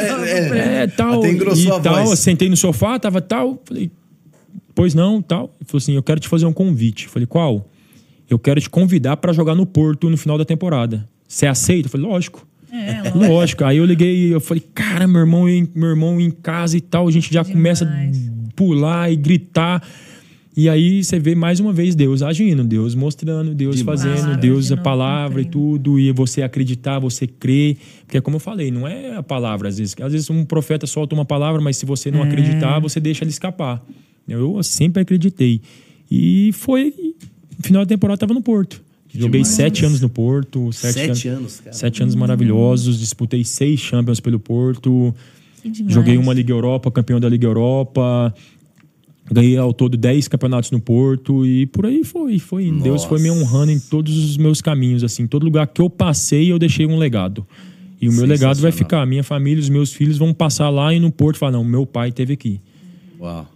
tal. Até engrossou a tal. voz. Sentei no sofá, tava tal. Falei, pois não, tal. Ele falou assim, eu quero te fazer um convite. Falei, qual? Eu quero te convidar pra jogar no Porto no final da temporada. Você aceita? Eu falei, lógico. Lógico. Aí eu liguei, eu falei, cara, meu irmão em casa e tal, a gente já começa a pular e gritar. E aí você vê mais uma vez Deus agindo, Deus mostrando, Deus fazendo, Deus a palavra e tudo, e você acreditar, você crer. Porque como eu falei, não é a palavra, às vezes um profeta solta uma palavra, mas se você não acreditar, você deixa ele escapar. Eu sempre acreditei. E foi, no final da temporada eu tava no Porto. Joguei 7 anos no Porto. 7 anos, cara. 7 anos maravilhosos, disputei 6 Champions pelo Porto. Joguei uma Liga Europa, campeão da Liga Europa. Ganhei ao todo 10 campeonatos no Porto e por aí foi. Deus foi me honrando em todos os meus caminhos, assim. Todo lugar que eu passei, eu deixei um legado. E o meu legado vai ficar. A minha família, os meus filhos vão passar lá e no Porto falar, não, meu pai esteve aqui. Uau.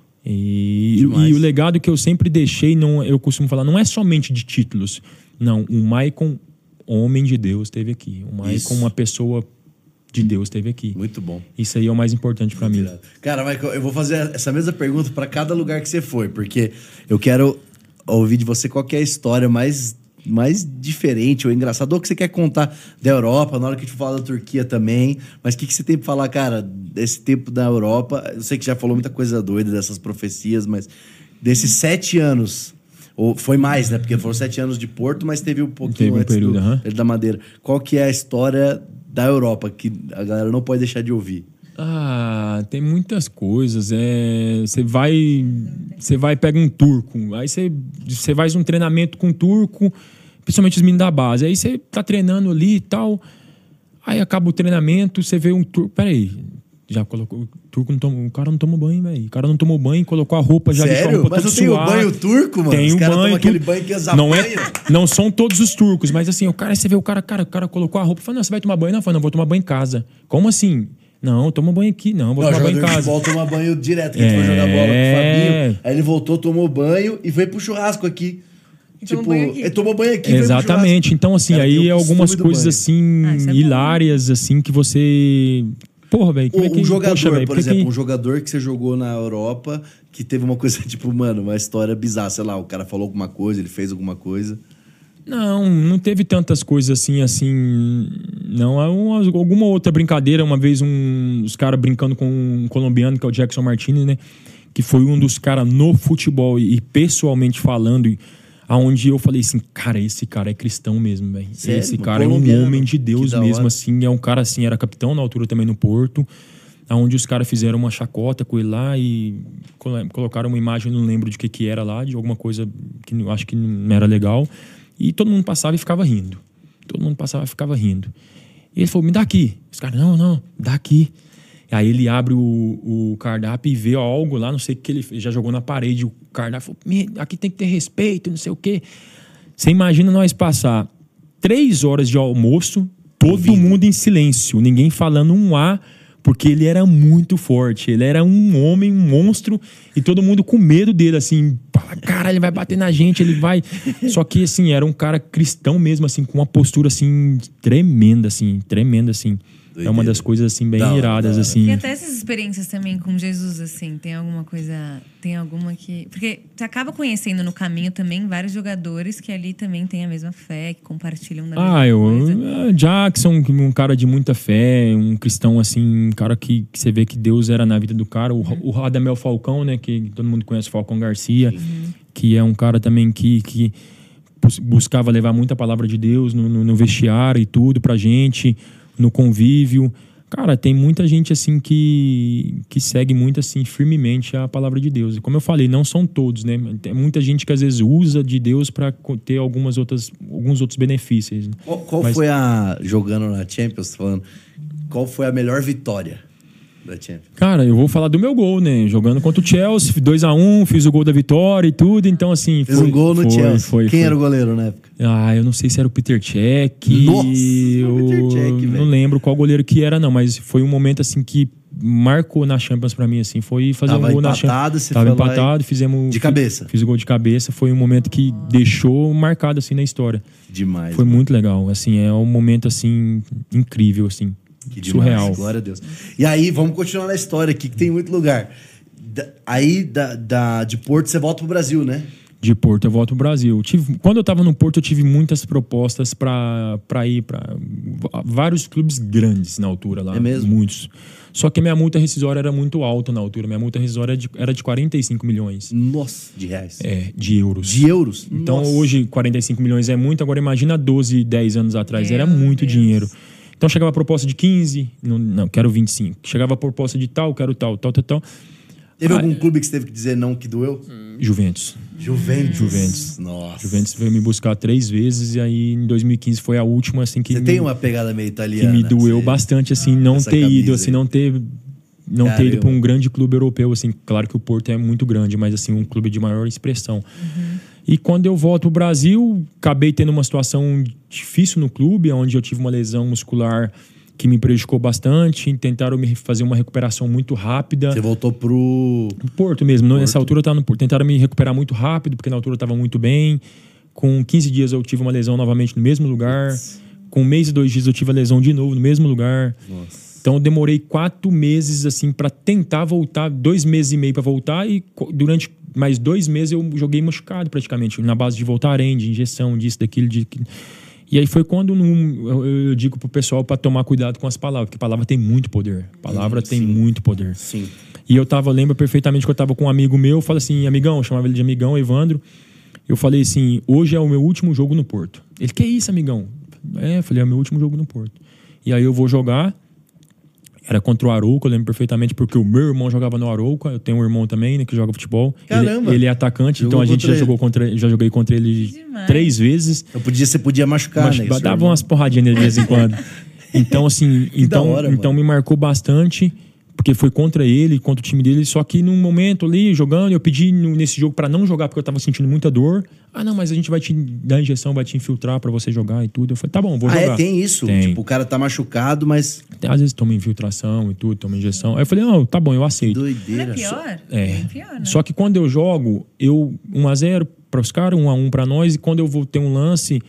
E o legado que eu sempre deixei, eu costumo falar, não é somente de títulos. Não, o Maicon, homem de Deus, esteve aqui. O Maicon, uma pessoa de Deus, esteve aqui. Muito bom. Isso aí é o mais importante pra mim. Cara, Michael, eu vou fazer essa mesma pergunta pra cada lugar que você foi, porque eu quero ouvir de você qual que é a história mais diferente ou engraçada, ou que você quer contar da Europa, na hora que a gente falar da Turquia também, mas o que você tem pra falar, cara, desse tempo da Europa? Eu sei que já falou muita coisa doida dessas profecias, mas desses 7 anos, ou foi mais, né? Porque foram 7 anos de Porto, mas teve um pouquinho antes período da Madeira. Qual que é a história da Europa, que a galera não pode deixar de ouvir? Tem muitas coisas. Você vai pega um turco, aí você faz um treinamento com um turco, principalmente os meninos da base. Aí você tá treinando ali e tal, aí acaba o treinamento, você vê um turco. Peraí, já colocou. O turco não toma, o cara não toma banho, velho. O cara não tomou banho, colocou a roupa, já deixou a roupa toda suada. Mas não tem o banho turco, mano? Tem o banho. Tomam aquele banho que não são todos os turcos, mas assim, você vê o cara colocou a roupa e fala, não, você vai tomar banho? Não, fala, não, vou tomar banho em casa. Como assim? Não, toma banho aqui, não, vou tomar banho em casa. Volta tomar banho direto, que a gente foi jogar bola com o Fabinho. Aí ele voltou, tomou banho e veio pro churrasco aqui. Ele tomou banho aqui. Exatamente. Então, assim, cara, aí algumas coisas assim, hilárias, assim, que você. Porra, velho. Um jogador, por exemplo, um jogador que você jogou na Europa, que teve uma coisa, tipo, mano, uma história bizarra. Sei lá, o cara falou alguma coisa, ele fez alguma coisa. Não teve tantas coisas assim. Não, alguma outra brincadeira. Uma vez os caras brincando com um colombiano, que é o Jackson Martinez, né? Que foi um dos caras no futebol e pessoalmente falando, aonde eu falei assim, cara, esse cara é cristão mesmo, velho. Esse cara é um homem de Deus mesmo, assim. É um cara assim, era capitão na altura também no Porto, aonde os caras fizeram uma chacota com ele lá e colocaram uma imagem, não lembro de que era lá, de alguma coisa que eu acho que não era legal. E todo mundo passava e ficava rindo. E ele falou, me dá aqui. Os caras, não, dá aqui. Aí ele abre o cardápio e vê algo lá, não sei o que ele já jogou na parede. O cardápio falou, aqui tem que ter respeito, não sei o quê. Você imagina nós passar 3 horas de almoço, todo mundo em silêncio, ninguém falando um A, porque ele era muito forte. Ele era um homem, um monstro, e todo mundo com medo dele, assim, cara, ele vai bater na gente, ele vai... Só que, assim, era um cara cristão mesmo, assim, com uma postura, assim, tremenda, assim. É uma das coisas, assim, bem iradas, E assim. até essas experiências também com Jesus, assim, tem alguma que... Porque você acaba conhecendo no caminho também vários jogadores que ali também têm a mesma fé, que compartilham da mesma coisa. Jackson, um cara de muita fé, um cristão, assim, um cara que você vê que Deus era na vida do cara. O Radamel Falcão, né, que todo mundo conhece, Falcão Garcia, que é um cara também que buscava levar muita palavra de Deus no vestiário e tudo pra gente, no convívio. Cara, tem muita gente, assim, que segue muito, assim, firmemente a palavra de Deus. E como eu falei, não são todos, né? Tem muita gente que às vezes usa de Deus para ter alguns outros benefícios. Qual foi jogando na Champions, falando, qual foi a melhor vitória da Champions? Cara, eu vou falar do meu gol, né? Jogando contra o Chelsea, 2-1, fiz o gol da vitória e tudo, então assim... Fez um gol no Chelsea. Quem era o goleiro na época? Eu não sei se era o Peter Cech. Nossa, o Peter Cech, velho. Não lembro qual goleiro que era, não, mas foi um momento assim que marcou na Champions pra mim, assim, foi fazer um gol na Champions. Tava empatado, fizemos... De cabeça. Fiz o gol de cabeça, foi um momento que deixou marcado, assim, na história. Demais. Foi muito legal, assim, é um momento, assim, incrível, assim. Que demais, surreal. Glória a Deus. E aí, vamos continuar na história aqui, que tem muito lugar. De Porto, você volta pro Brasil, né? De Porto, eu volto pro Brasil. Quando eu tava no Porto, eu tive muitas propostas pra ir pra vários clubes grandes na altura lá. É mesmo? Muitos. Só que minha multa rescisória era muito alta na altura. Minha multa rescisória era de 45 milhões. Nossa, de reais. De euros. De euros? Então, Nossa. hoje, 45 milhões é muito. Agora, imagina 12, 10 anos atrás. Meu Era muito Deus. dinheiro. Então, chegava a proposta de 15. Não, quero 25. Chegava a proposta de tal, quero tal. Teve algum clube que você teve que dizer não que doeu? Juventus. Juventus. Nossa. Juventus veio me buscar 3 vezes e aí em 2015 foi a última, assim, que... Você tem uma pegada meio italiana. Que me doeu bastante, assim, não essa ter ido, camisa assim, aí. não ter ido para um grande clube europeu, assim. Claro que o Porto é muito grande, mas, assim, um clube de maior expressão. E quando eu volto pro Brasil, acabei tendo uma situação difícil no clube, onde eu tive uma lesão muscular que me prejudicou bastante. Tentaram me fazer uma recuperação muito rápida. Você voltou pro Porto mesmo. Nessa altura eu estava no Porto. Tentaram me recuperar muito rápido, porque na altura eu estava muito bem. Com 15 dias eu tive uma lesão novamente no mesmo lugar. Com 1 mês e 2 dias eu tive a lesão de novo no mesmo lugar. Nossa. Então eu demorei 4 meses assim para tentar voltar, 2 meses e meio para voltar, e durante mais 2 meses eu joguei machucado praticamente, na base de Voltaren, de injeção, disso, daquilo, E aí foi quando eu digo pro pessoal para tomar cuidado com as palavras, porque palavra tem muito poder. Palavra tem muito poder. Sim. E lembro perfeitamente que eu tava com um amigo meu, eu falei assim, amigão, eu chamava ele de amigão, Evandro. Eu falei assim, hoje é o meu último jogo no Porto. Ele, que isso, amigão? Eu falei, é o meu último jogo no Porto. E aí eu vou jogar, era contra o Arouca, eu lembro perfeitamente, porque o meu irmão jogava no Arouca, eu tenho um irmão também, né, que joga futebol. Caramba! Ele é atacante, então a gente já joguei contra ele 3 vezes. Então você podia machucar, né? Dava umas porradinhas nele de vez em quando. Então, assim, então me marcou bastante, porque foi contra ele, contra o time dele, só que num momento ali, jogando, eu pedi nesse jogo pra não jogar, porque eu tava sentindo muita dor. Não, mas a gente vai te dar injeção, vai te infiltrar pra você jogar e tudo. Eu falei, tá bom, vou jogar. Tem isso? Tem. Tipo, o cara tá machucado, mas... Às vezes toma infiltração e tudo, toma injeção. Aí eu falei, não, tá bom, eu aceito. Doideira. Não é pior? É. Pior, né? Só que quando eu jogo, 1-0 para os caras, 1-1 pra nós, e quando eu vou ter um lance,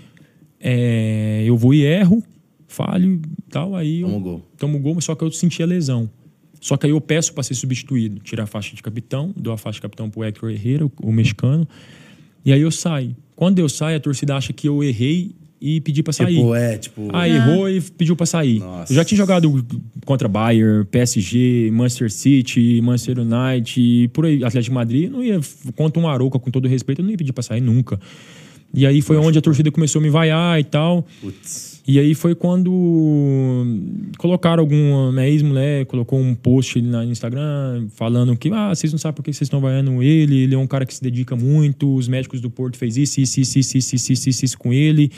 eu vou e erro, falho e tal, aí eu tomo gol, só que eu senti a lesão. Só que aí eu peço para ser substituído, tirar a faixa de capitão, dou a faixa de capitão pro Héctor Herrera, o mexicano, e aí eu saio. Quando eu saio, a torcida acha que eu errei e pedi pra sair. Errou e pediu pra sair. Nossa. Eu já tinha jogado contra Bayern, PSG, Manchester City, Manchester United, e por aí, Atlético de Madrid. Não ia, contra um Arouca, com todo respeito, eu não ia pedir pra sair nunca. E aí foi onde a torcida começou a me vaiar e tal. Putz. E aí foi quando colocaram minha ex-mulher colocou um post no Instagram falando que vocês não sabem por que vocês estão vaiando ele é um cara que se dedica muito, os médicos do Porto fez isso com ele.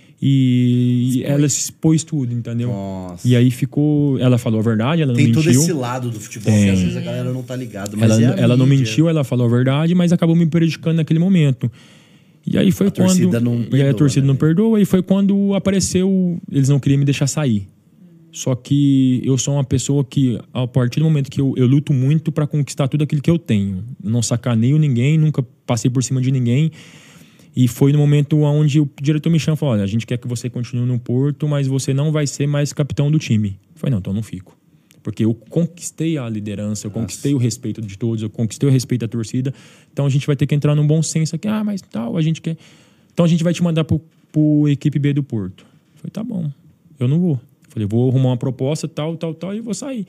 E ela se expôs tudo, entendeu? Nossa. E aí ela falou a verdade, ela não mentiu. Tem todo esse lado do futebol que às vezes a galera não tá ligada. Mas ela não mentiu, ela falou a verdade, mas acabou me prejudicando naquele momento. E aí foi quando... a torcida não perdoa. E foi quando apareceu... Eles não queriam me deixar sair. Só que eu sou uma pessoa que, a partir do momento que eu luto muito pra conquistar tudo aquilo que eu tenho. Eu não sacaneio ninguém, nunca passei por cima de ninguém. E foi no momento onde o diretor me chama e falou: olha, a gente quer que você continue no Porto, mas você não vai ser mais capitão do time. Eu falei: não, então eu não fico. Porque eu conquistei a liderança, eu conquistei o respeito de todos, eu conquistei o respeito da torcida. Então a gente vai ter que entrar num bom senso aqui. Mas tal, a gente quer... Então a gente vai te mandar pro equipe B do Porto. Eu falei: tá bom, eu não vou. Eu falei: vou arrumar uma proposta, tal, e vou sair.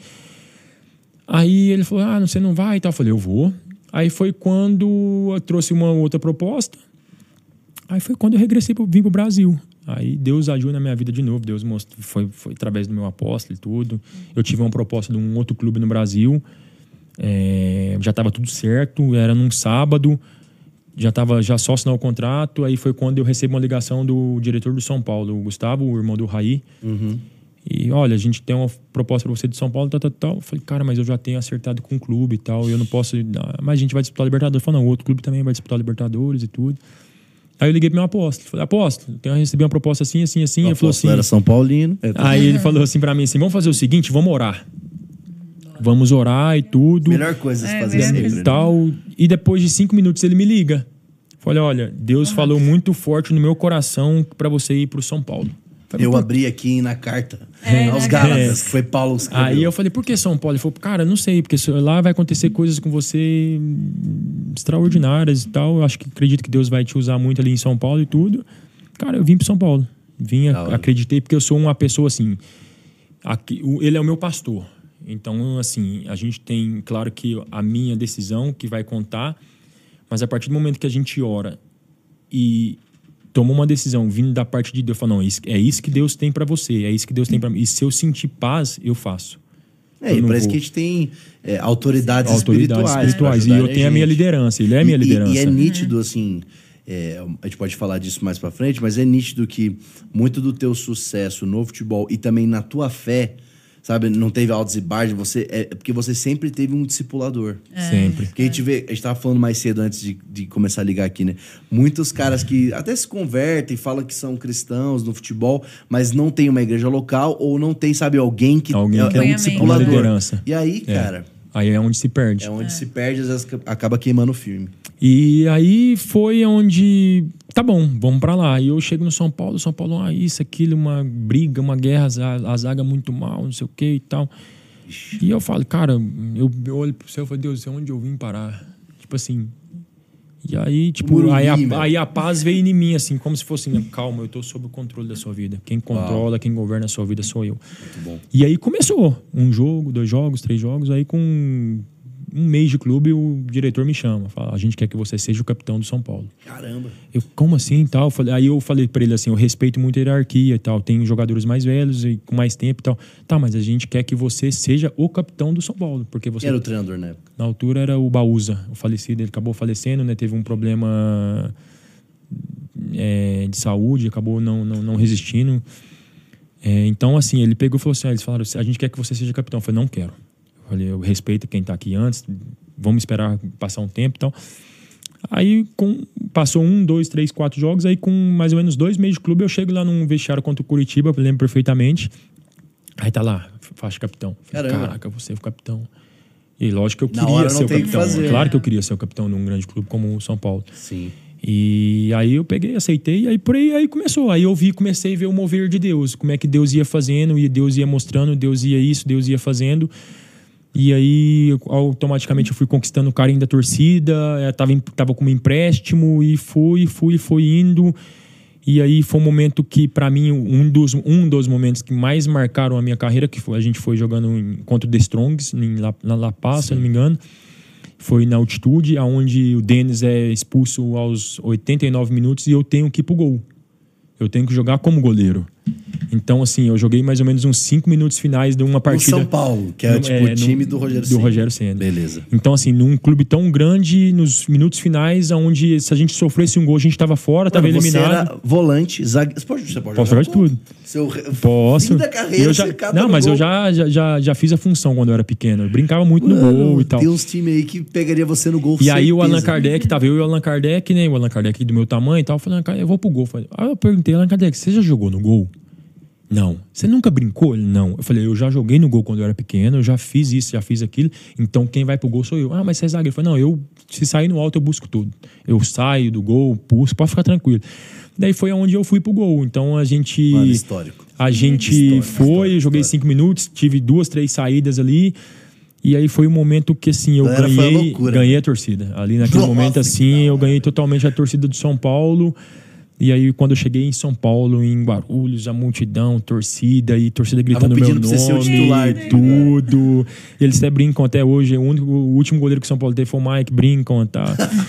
Aí ele falou: você não vai e tal. Eu falei: eu vou. Aí foi quando eu trouxe uma outra proposta. Aí foi quando eu regressei, vim pro Brasil. Aí Deus agiu na minha vida de novo. Deus mostrou, foi através do meu apóstolo e tudo. Eu tive uma proposta de um outro clube no Brasil. Já estava tudo certo. Era num sábado. Já estava só assinar o contrato. Aí foi quando eu recebi uma ligação do diretor do São Paulo, o Gustavo, o irmão do Raí. Uhum. E olha, a gente tem uma proposta para você de São Paulo, tal. Eu falei: cara, mas eu já tenho acertado com o clube e tal. Eu não posso... Mas a gente vai disputar a Libertadores. Eu falei: não, o outro clube também vai disputar a Libertadores e tudo. Aí eu liguei pro meu apóstolo. Falei: apóstolo, eu recebi uma proposta assim. Ele falou assim... era São Paulino. Aí ele falou assim pra mim assim: vamos fazer o seguinte, vamos orar. Vamos orar e tudo. Melhor coisa se fazer sempre. E tal. E depois de 5 minutos ele me liga. Falei: olha, Deus falou muito forte no meu coração pra você ir pro São Paulo. Falei: eu abri aqui na carta aos Gálatas, que foi Paulo que escreveu. Aí eu falei: por que São Paulo? Ele falou: cara, não sei, porque lá vai acontecer coisas com você extraordinárias e tal. Eu acredito que Deus vai te usar muito ali em São Paulo e tudo. Cara, eu vim pro São Paulo. Acreditei, porque eu sou uma pessoa assim... ele é o meu pastor. Então, assim, a gente tem... Claro que a minha decisão que vai contar, mas a partir do momento que a gente ora e tomou uma decisão vindo da parte de Deus, fala: não, é isso que Deus tem pra você, é isso que Deus tem pra mim. E se eu sentir paz, eu faço. E parece que a gente tem autoridades espirituais. E eu tenho a minha liderança, ele é a minha liderança. E é nítido, assim, a gente pode falar disso mais pra frente, mas é nítido que muito do teu sucesso no futebol e também na tua fé, sabe, não teve altos e baixos, porque você sempre teve um discipulador. Sempre. Porque a gente tava falando mais cedo antes de começar a ligar aqui, né? Muitos caras que até se convertem, falam que são cristãos no futebol, mas não tem uma igreja local ou não tem, sabe, alguém que é um discipulador. Liderança. E aí, cara... Aí é onde se perde. É onde se perde, às vezes acaba queimando o filme. E aí foi onde... Tá bom, vamos pra lá. E eu chego no São Paulo, isso, aquilo, uma briga, uma guerra, a zaga muito mal, não sei o que e tal. E eu falo: cara, eu olho pro céu e falo: Deus, onde eu vim parar? Tipo assim... E aí, tipo, aí a paz veio em mim, assim, como se fosse: calma, eu tô sob o controle da sua vida. Quem controla, quem governa a sua vida sou eu. Muito bom. E aí começou. 1 jogo, 2 jogos, 3 jogos. Aí com 1 mês de clube, o diretor me chama. Fala: a gente quer que você seja o capitão do São Paulo. Caramba. Eu: como assim e tal? Aí eu falei pra ele assim: eu respeito muito a hierarquia e tal. Tem jogadores mais velhos e com mais tempo e tal. Tá, mas a gente quer que você seja o capitão do São Paulo. Porque você... Quem era o treinador na época? Na altura era o Baúza, o falecido. Ele acabou falecendo, né? Teve um problema de saúde, acabou não resistindo. Então, assim, ele pegou e falou assim: eles falaram: a gente quer que você seja capitão. Eu falei: não quero. Eu falei: eu respeito quem tá aqui antes, vamos esperar passar um tempo e tal. Aí passou 1, 2, 3, 4 jogos. Aí com mais ou menos 2 meses de clube, eu chego lá num vestiário contra o Curitiba, eu lembro perfeitamente. Aí tá lá, faixa capitão. Falei: caraca, você é o capitão. E lógico que eu queria ser o capitão. Claro que eu queria ser o capitão de um grande clube como o São Paulo. Sim. E aí eu peguei, aceitei, e aí por aí começou. Aí eu comecei a ver o mover de Deus, como é que Deus ia fazendo, e Deus ia mostrando, Deus ia isso, Deus ia fazendo. E aí automaticamente eu fui conquistando o carinho da torcida, tava com um empréstimo e fui indo. E aí foi um momento que, pra mim, um dos momentos que mais marcaram a minha carreira, que a gente foi jogando contra o The Strongs, na La Paz, se eu não me engano. Foi na altitude, onde o Denis é expulso aos 89 minutos e eu tenho que ir pro gol. Eu tenho que jogar como goleiro. Então, assim, eu joguei mais ou menos uns 5 minutos finais de uma partida... No São Paulo, que é o time do Rogério Ceni. Do Rogério Ceni. Beleza. Então, assim, num clube tão grande, nos minutos finais, onde se a gente sofresse um gol, a gente tava fora, tava eliminado. Você era volante, zagueiro... Você pode Posso jogar de tudo. Posso. Fim da carreira, não, mas eu já fiz a função quando eu era pequeno. Eu brincava muito no gol e tal. Tem uns times aí que pegaria você no gol. E aí o Allan Kardec, tava eu e o Allan Kardec, né? O Allan Kardec do meu tamanho e tal. Eu falei: eu vou pro gol. Eu perguntei: Allan Kardec, você já jogou no gol? Não. Você nunca brincou? Ele, não. Eu falei, eu já joguei no gol quando eu era pequeno, eu já fiz isso, já fiz aquilo, então quem vai pro gol sou eu. Ah, mas você é zagueiro? Eu falei, não, se sair no alto eu busco tudo. Eu saio do gol, busco, pode ficar tranquilo. Daí foi onde eu fui pro gol. Então a gente... Mano, histórico. A gente foi, joguei 5 minutos, tive 2, 3 saídas ali. E aí foi um momento que, assim, eu ganhei a torcida. Ali naquele momento, assim, eu ganhei totalmente a torcida do São Paulo. E aí, quando eu cheguei em São Paulo, em Guarulhos, a multidão, torcida gritando meu nome, tudo. E eles até brincam até hoje. O último goleiro que o São Paulo teve foi o Mike, brincam, tá?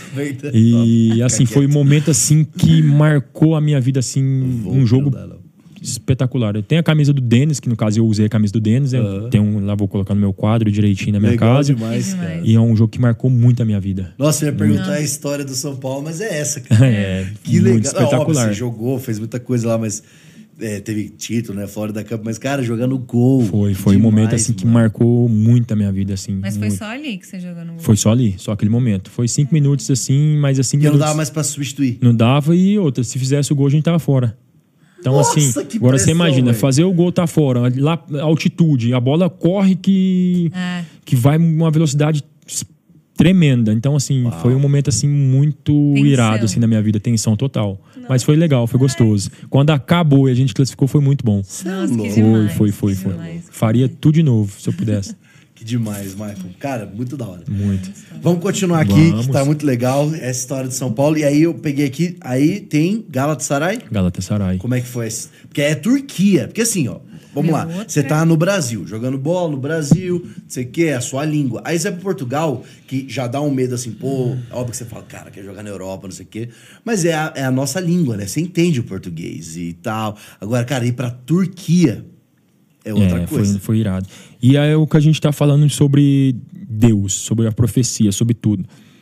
E assim, foi um momento assim que marcou a minha vida, assim, um jogo espetacular. Eu tenho a camisa do Denis, que no caso eu usei a camisa do Denis, lá vou colocar no meu quadro direitinho na minha casa. Demais, cara. E é um jogo que marcou muito a minha vida. Nossa, eu ia perguntar a história do São Paulo, mas é essa, cara. Que legal. Espetacular. Óbvio, você jogou, fez muita coisa lá, mas teve título, né? Florida Cup, mas, cara, jogando gol. Foi um momento assim que marcou muito a minha vida, assim. Mas foi só ali que você jogou no gol? Foi só ali, só aquele momento. Foi 5 minutos, assim, mas assim. E não dava mais pra substituir. Não dava, e outra, se fizesse o gol, a gente tava fora. Então, nossa, assim, agora pressão, você imagina, fazer o gol tá fora, lá, altitude, a bola corre que vai uma velocidade tremenda. Então, assim, foi um momento, assim, muito irado, assim, na minha vida, tensão total. Nossa. Mas foi legal, foi gostoso. Quando acabou e a gente classificou, foi muito bom. Nossa, foi. Faria tudo de novo, se eu pudesse. Que demais, Michael. Cara, muito da hora. Muito. Vamos continuar aqui, que tá muito legal essa história de São Paulo. E aí eu peguei aqui, aí tem Galatasaray? Galatasaray. Como é que foi esse? Porque é Turquia. Porque assim, ó, vamos lá. Você tá no Brasil, jogando bola no Brasil, você quer a sua língua. Aí você vai pro Portugal, que já dá um medo assim, pô, óbvio que você fala, cara, quer jogar na Europa, não sei o quê. Mas é a nossa língua, né? Você entende o português e tal. Agora, cara, ir pra Turquia... é outra coisa. Foi irado. E é o que a gente tá falando sobre Deus, sobre a profecia, sobre tudo.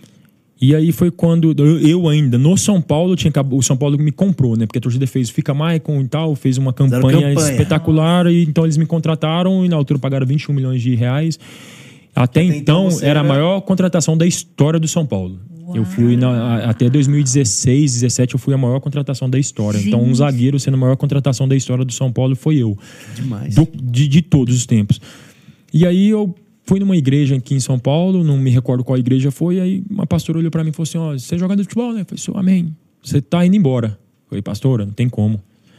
E aí foi quando eu ainda, no São Paulo, o São Paulo me comprou, né? Porque a torcida fez Fica Maicon e tal, fez uma campanha espetacular. E então eles me contrataram e na altura pagaram 21 milhões de reais. Até então era a maior contratação da história do São Paulo. Uau. Eu fui até 2016, 2017 eu fui a maior contratação da história. Gente. Então um zagueiro sendo a maior contratação da história do São Paulo foi eu. Demais. De todos os tempos. E aí eu fui numa igreja aqui em São Paulo, não me recordo qual igreja foi, aí uma pastora olhou pra mim e falou assim, ó, você é jogador de futebol, né? Eu falei, amém. Você tá indo embora. Eu falei, pastora, não tem como.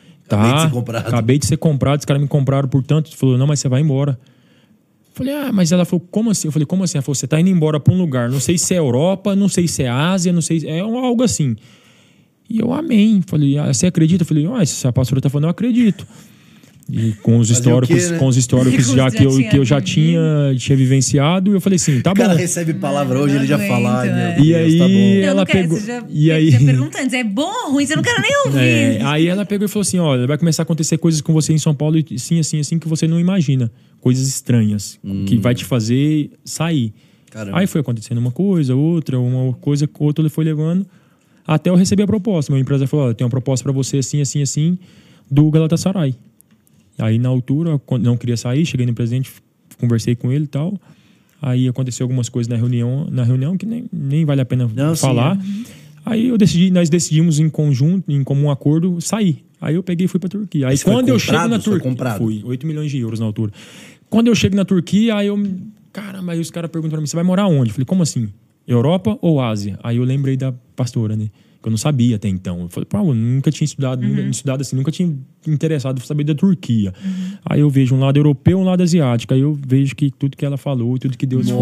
Acabei de ser comprado, os caras me compraram por tanto. Falou, não, mas você vai embora. Falei, mas ela falou, como assim? Eu falei, como assim? Ela falou, você tá indo embora pra um lugar, não sei se é Europa, não sei se é Ásia, não sei, é algo assim. E eu, amém. Falei, você acredita? Eu falei, se a pastora tá falando, eu acredito. E com os históricos, né? Com os históricos que eu já tinha vivenciado, eu falei assim, tá bom. O cara recebe palavra hoje, ele já fala, meu Deus, e aí tá bom. ela pegou. E aí já perguntando, é bom ou ruim? Você não quer nem ouvir. Aí ela pegou e falou assim, olha, vai começar a acontecer coisas com você em São Paulo, assim, que você não imagina. Coisas estranhas, que vai te fazer sair. Caramba. Aí foi acontecendo uma coisa, outra ele foi levando, até eu receber a proposta. Meu empresário falou, tem uma proposta pra você assim, do Galatasaray. Aí, na altura, não queria sair, cheguei no presidente, conversei com ele e tal. Aí aconteceu algumas coisas na reunião que nem vale a pena falar. Aí nós decidimos em conjunto, em comum acordo, sair. Aí eu peguei e fui pra Turquia. Aí quando eu chego na Turquia, fui 8 milhões de euros na altura. Quando eu chego na Turquia, aí caramba, aí os caras perguntam pra mim, você vai morar onde? Eu falei, como assim? Europa ou Ásia? Aí eu lembrei da pastora, né? Que eu não sabia até então. Eu falei, eu nunca tinha estudado assim, nunca tinha interessado em saber da Turquia. Aí eu vejo um lado europeu, um lado asiático. Aí eu vejo que tudo que ela falou, tudo que Deus foi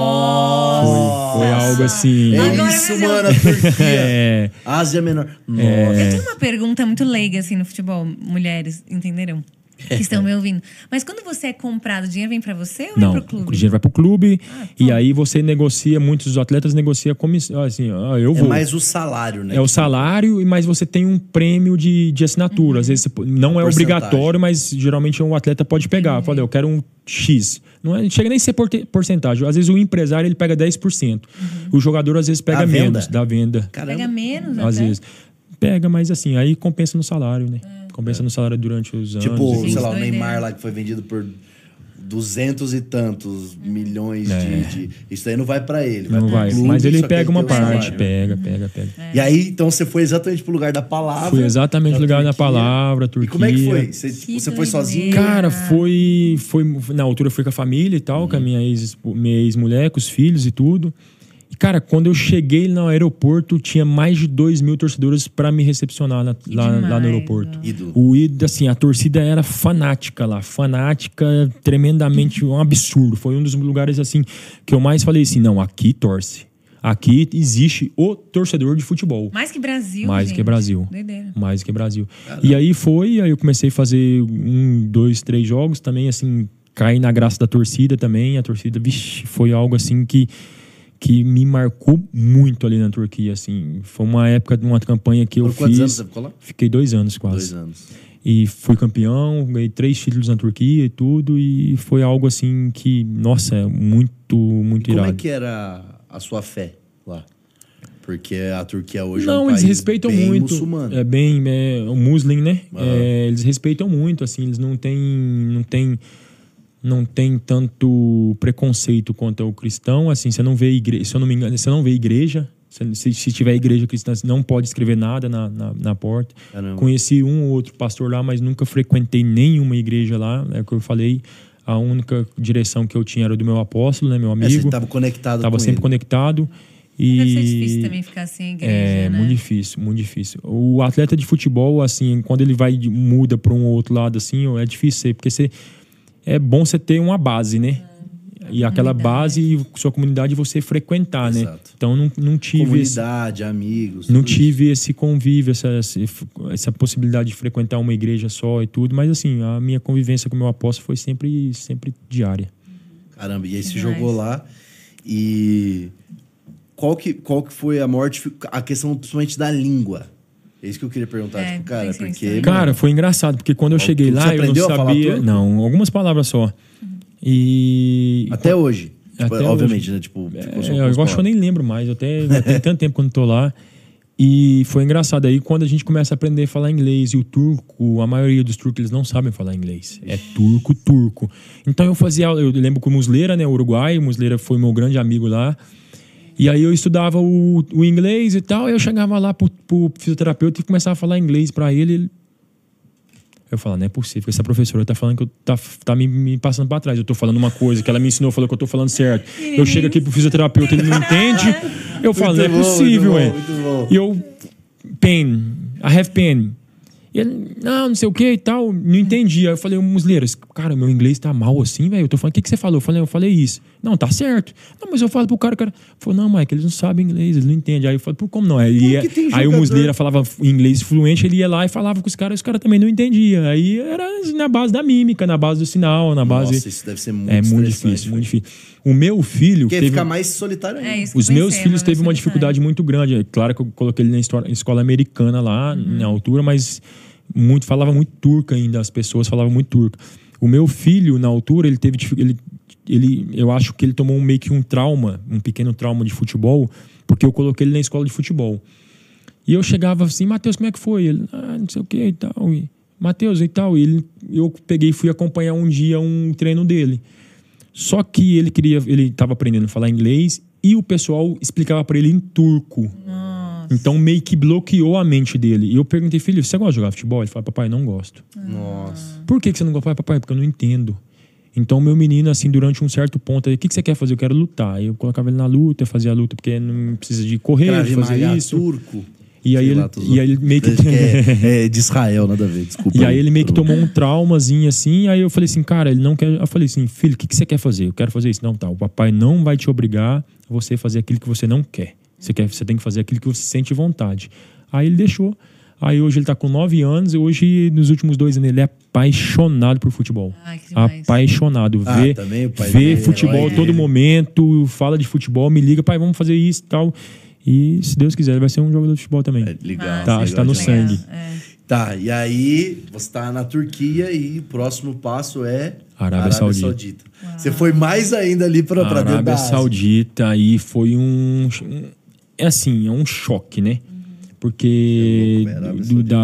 algo assim. É isso, mano, a Turquia. Ásia Menor. Eu tenho uma pergunta muito leiga, assim, no futebol. Mulheres entenderão. Que estão me ouvindo. Mas quando você é comprado, o dinheiro vem pra você ou vem pro clube? O dinheiro vai pro clube e aí você negocia, muitos dos atletas negociam comissão, assim, eu vou. É mais o salário, né? É o salário, mas você tem um prêmio de assinatura. Às vezes não é obrigatório, mas geralmente um atleta pode pegar. Fala, eu quero um X. Não chega nem a ser porcentagem. Às vezes o empresário ele pega 10%. O jogador às vezes pega menos da venda. Caramba. Pega menos, às vezes. Pega, mas assim, aí compensa no salário, né? Compensa no salário durante os anos. Tipo, sei lá, o Neymar lá que foi vendido por 200 e tantos milhões de... Isso aí não vai pra ele. Não vai, clube, mas ele pega uma parte. Salário. Pega. E aí, então, você foi exatamente pro lugar da palavra. Fui exatamente no lugar da palavra, Turquia. E como é que foi? Você foi sozinho? Cara, foi... Na altura eu fui com a família e tal, com a minha ex-mulher, com os filhos e tudo. E, cara, quando eu cheguei no aeroporto, tinha mais de 2.000 torcedores pra me recepcionar lá no aeroporto. Assim, a torcida era fanática lá. Fanática, tremendamente, um absurdo. Foi um dos lugares, assim, que eu mais falei assim, não, aqui torce. Aqui existe o torcedor de futebol. Mais que Brasil, Mais gente. que Brasil. Doideira. Mais que Brasil. Caramba. E aí eu comecei a fazer 1, 2, 3 jogos também, assim, caí na graça da torcida também. A torcida, vixe, foi algo assim que me marcou muito ali na Turquia, assim. Foi uma época de uma campanha que eu fiz. Quantos anos você ficou lá? Fiquei 2 anos quase. 2 anos. E fui campeão, ganhei 3 títulos na Turquia e tudo. E foi algo assim que, nossa, muito, muito irado. Como é que era a sua fé lá? Porque a Turquia hoje não, é um país eles respeitam bem muito, muçulmano. O muslim, né? Eles respeitam muito, assim, eles não tem tanto preconceito quanto o cristão, assim, você não vê igreja, se eu não me engano, você não vê igreja, se tiver igreja cristã, você não pode escrever nada na porta. Caramba. Conheci um ou outro pastor lá, mas nunca frequentei nenhuma igreja lá, é o que eu falei, a única direção que eu tinha era do meu apóstolo, né, meu amigo. Você estava conectado com ele. Estava sempre conectado. E deve ser difícil também ficar sem igreja, né? Muito difícil, muito difícil. O atleta de futebol, assim, quando ele muda para um outro lado, assim, é difícil, porque é bom você ter uma base, né? E aquela base, sua comunidade, você frequentar, Exato. né? Então, não tive... Comunidade, amigos... Não tive esse convívio, essa possibilidade de frequentar uma igreja só e tudo. Mas, assim, a minha convivência com o meu apóstolo foi sempre diária. Caramba, e aí você jogou lá e... Qual que foi a maior a questão, principalmente, da língua? É isso que eu queria perguntar, cara, porque... Cara, foi engraçado, porque quando eu cheguei lá, eu não sabia... Não, algumas palavras só. E... Até hoje? Obviamente, hoje. né? Eu acho que eu nem lembro mais, tem tanto tempo quando eu tô lá. E foi engraçado aí, quando a gente começa a aprender a falar inglês, e o turco, a maioria dos turcos, eles não sabem falar inglês. É turco. Então eu lembro que o Muslera, né, o Uruguai, o Muslera foi meu grande amigo lá. E aí eu estudava o inglês e tal, e eu chegava lá pro fisioterapeuta e começava a falar inglês pra ele. Eu falava, não é possível, essa professora tá falando que eu tá me passando pra trás. Eu tô falando uma coisa que ela me ensinou, falou que eu tô falando certo. Eu chego aqui pro fisioterapeuta, ele não entende. Eu falo, não é possível, E eu, pain, I have pain. E ele, não sei o que e tal, não entendia. Eu falei, Musleiras, cara, meu inglês tá mal assim, velho. Eu tô falando, o que você falou? Eu falei isso. Não, tá certo. Não, mas eu falo pro cara falou, não, Mike, eles não sabem inglês, eles não entendem. Aí eu falei, como não? Aí o Musleira falava inglês fluente, ele ia lá e falava com os caras também não entendiam. Aí era na base da mímica, na base do sinal, na base... Nossa, isso deve ser muito difícil, muito difícil. O meu filho... Porque fica mais solitário ainda. Os meus filhos teve uma dificuldade muito grande. É claro que eu coloquei ele na escola americana lá, na altura, mas... falava muito turco ainda, as pessoas falavam muito turco. O meu filho, na altura, ele teve eu acho que ele tomou meio que um pequeno trauma de futebol, porque eu coloquei ele na escola de futebol. E eu chegava assim, Matheus, como é que foi? Ele, não sei o que e tal. Matheus e tal. E eu peguei e fui acompanhar um dia um treino dele. Só que ele estava aprendendo a falar inglês e o pessoal explicava para ele em turco. Então meio que bloqueou a mente dele. E eu perguntei, filho, você gosta de jogar futebol? Ele falou, papai, não gosto. Nossa. Por que você não gosta? Papai, porque eu não entendo. Então meu menino, assim, durante um certo ponto, o que você quer fazer? Eu quero lutar. Aí eu colocava ele na luta, eu fazia a luta, porque não precisa de correr, de fazer isso. Turco. E aí ele meio que... é de Israel, nada a ver, desculpa. E aí ele meio que tomou um traumazinho assim, aí eu falei assim, cara, ele não quer... Eu falei assim, filho, o que você quer fazer? Eu quero fazer isso. Não, tá, o papai não vai te obrigar a você fazer aquilo que você não quer. Você tem que fazer aquilo que você sente vontade. Aí ele deixou. Aí hoje ele tá com 9 anos e hoje, nos últimos 2 anos, ele é apaixonado por futebol. Apaixonado. Vê futebol a todo momento, fala de futebol, me liga, pai, vamos fazer isso e tal. E, se Deus quiser, ele vai ser um jogador de futebol também. Legal. Está no sangue. Tá, e aí você tá na Turquia e o próximo passo é... Arábia Saudita. Você foi mais ainda ali para dentro da Arábia Saudita, aí foi um choque, né? Porque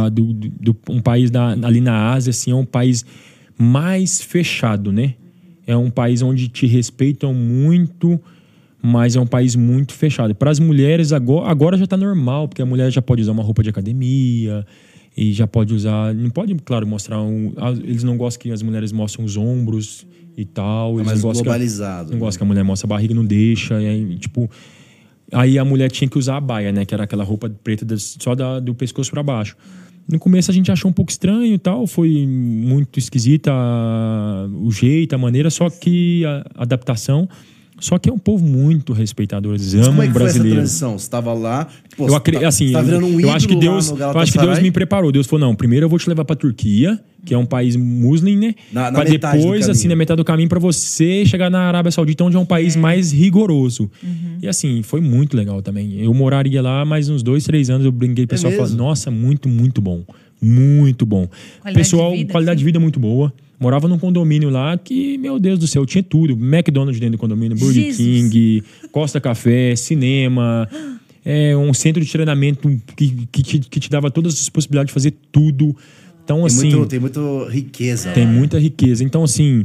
um país ali na Ásia, assim, é um país mais fechado, né? é um país onde te respeitam muito, mas é um país muito fechado. Para as mulheres, agora já tá normal, porque a mulher já pode usar uma roupa de academia e já pode usar... Não pode, claro, mostrar... eles não gostam que as mulheres mostrem os ombros e tal. É mais globalizado. Não gostam que a mulher mostre a barriga, não deixa. E aí, tipo... Aí a mulher tinha que usar a baia, né? Que era aquela roupa preta só do pescoço para baixo. No começo a gente achou um pouco estranho e tal. Foi muito esquisita o jeito, a maneira. Só que a adaptação... Só que é um povo muito respeitador. Eles amam como é que brasileiro. Foi essa transição? Você estava lá... Pô, assim, tá virando um ídolo eu acho que Deus me preparou. Deus falou, não, primeiro eu vou te levar pra Turquia, que é um país muslim, né? Pra depois, assim, na metade do caminho, pra você chegar na Arábia Saudita, onde é um país mais rigoroso. E assim, foi muito legal também. Eu moraria lá mais uns 2, 3 anos. Eu brinquei, o pessoal falou, nossa, muito, muito bom. Muito bom. Qualidade de vida muito boa. Morava num condomínio lá que, meu Deus do céu, tinha tudo. McDonald's dentro do condomínio, Burger King, Costa Café, cinema, um centro de treinamento que te dava todas as possibilidades de fazer tudo. Então, tem muita riqueza. Tem muita riqueza. Então, assim,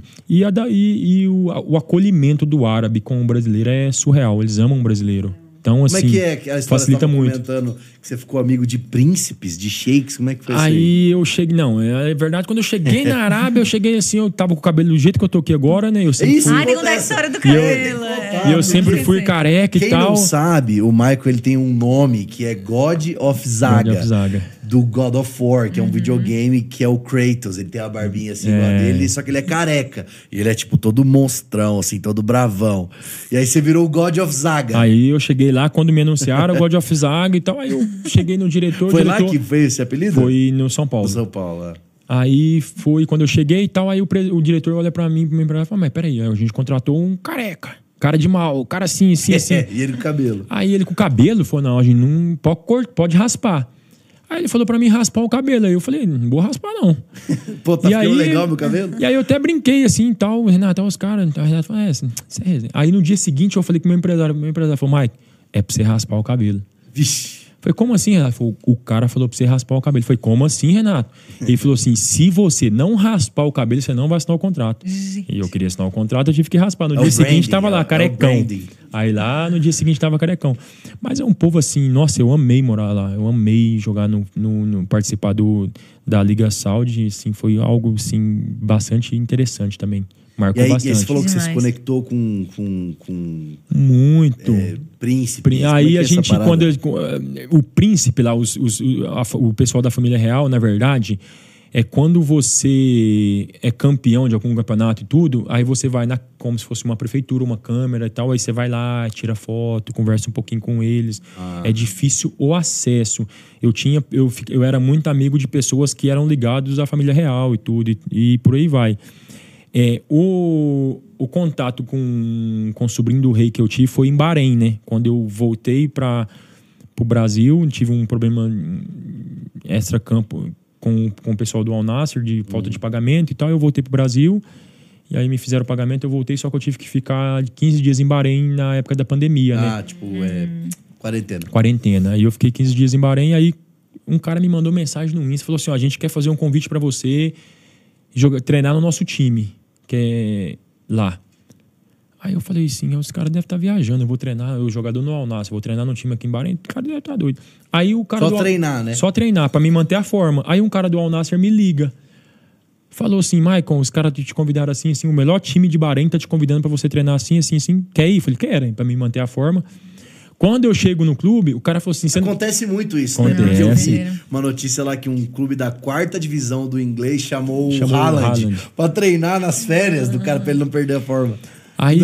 o acolhimento do árabe com o brasileiro é surreal. Eles amam o brasileiro. Então, assim, como é que é a história? Facilita muito. Comentando que você ficou amigo de príncipes, de sheiks, como é que foi isso aí? Aí eu cheguei, não, é verdade, quando eu cheguei na Arábia, eu cheguei assim, eu tava com o cabelo do jeito que eu tô aqui agora, né? Eu sempre isso, tem contar a história do cabelo. E eu sempre fui careca e tal. Quem não sabe, o Michael, ele tem um nome que é God of Zaga. Do God of War, que é um videogame que é o Kratos. Ele tem a barbinha assim igual a dele, só que ele é careca. E ele é tipo todo monstrão, assim, todo bravão. E aí você virou o God of Zaga. Aí eu cheguei lá, quando me anunciaram o God of Zaga e tal, aí eu cheguei no diretor. Foi lá que veio esse apelido? Foi no São Paulo. No São Paulo, é. Aí foi quando eu cheguei e tal, aí o diretor olha pra mim e fala, mas peraí, a gente contratou um careca. Cara de mal, cara assim. E ele com cabelo. Aí ele com o cabelo falou, não, a gente não pode raspar. Aí ele falou pra mim raspar o cabelo. Aí eu falei, não vou raspar não. Pô, tá ficando legal meu cabelo? E aí eu até brinquei assim e tal. Renato, os caras. O Renato falou, isso é resenha. Aí no dia seguinte eu falei com o meu empresário falou, Mike, é pra você raspar o cabelo. Vixe. Falei, como assim, Renato? O cara falou pra você raspar o cabelo. Falei, como assim, Renato? Ele falou assim, se você não raspar o cabelo, você não vai assinar o contrato. Gente. E eu queria assinar o contrato, eu tive que raspar. No dia seguinte tava lá, carecão. Aí lá, no dia seguinte tava carecão. Mas é um povo assim, nossa, eu amei morar lá. Eu amei jogar participar da Liga Saudi, assim, foi algo, assim, bastante interessante também. Marcou bastante. E aí você falou que você se conectou com muito. Príncipe. Aí a gente, o príncipe lá, o pessoal da família real, na verdade, é quando você é campeão de algum campeonato e tudo, aí você vai como se fosse uma prefeitura, uma câmera e tal, aí você vai lá, tira foto, conversa um pouquinho com eles. É difícil o acesso. Eu era muito amigo de pessoas que eram ligados à família real e tudo, e por aí vai. O contato com o sobrinho do rei que eu tive foi em Bahrein, né? Quando eu voltei pro Brasil, tive um problema extra-campo com o pessoal do Al Nassr, de falta de pagamento e tal. Eu voltei pro Brasil, e aí me fizeram o pagamento, eu voltei, só que eu tive que ficar 15 dias em Bahrein na época da pandemia, né? Quarentena. Aí eu fiquei 15 dias em Bahrein, aí um cara me mandou mensagem no Insta, falou assim, a gente quer fazer um convite pra você treinar no nosso time, que é lá. Aí eu falei assim, os caras devem estar viajando, eu vou treinar, o jogador no Al Nassr, vou treinar no time aqui em Bahrein, o cara deve estar doido. Aí o cara treinar, né? Só treinar, pra me manter a forma. Aí um cara do Al Nassr me liga, falou assim, Maicon, os caras te convidaram assim, o melhor time de Bahrein tá te convidando pra você treinar assim, quer ir? Eu falei, quero, pra me manter a forma. Quando eu chego no clube, o cara falou assim... Acontece muito isso, né? Porque eu vi uma notícia lá que um clube da 4ª divisão do inglês chamou o Haaland pra treinar nas férias do cara, pra ele não perder a forma. Aí,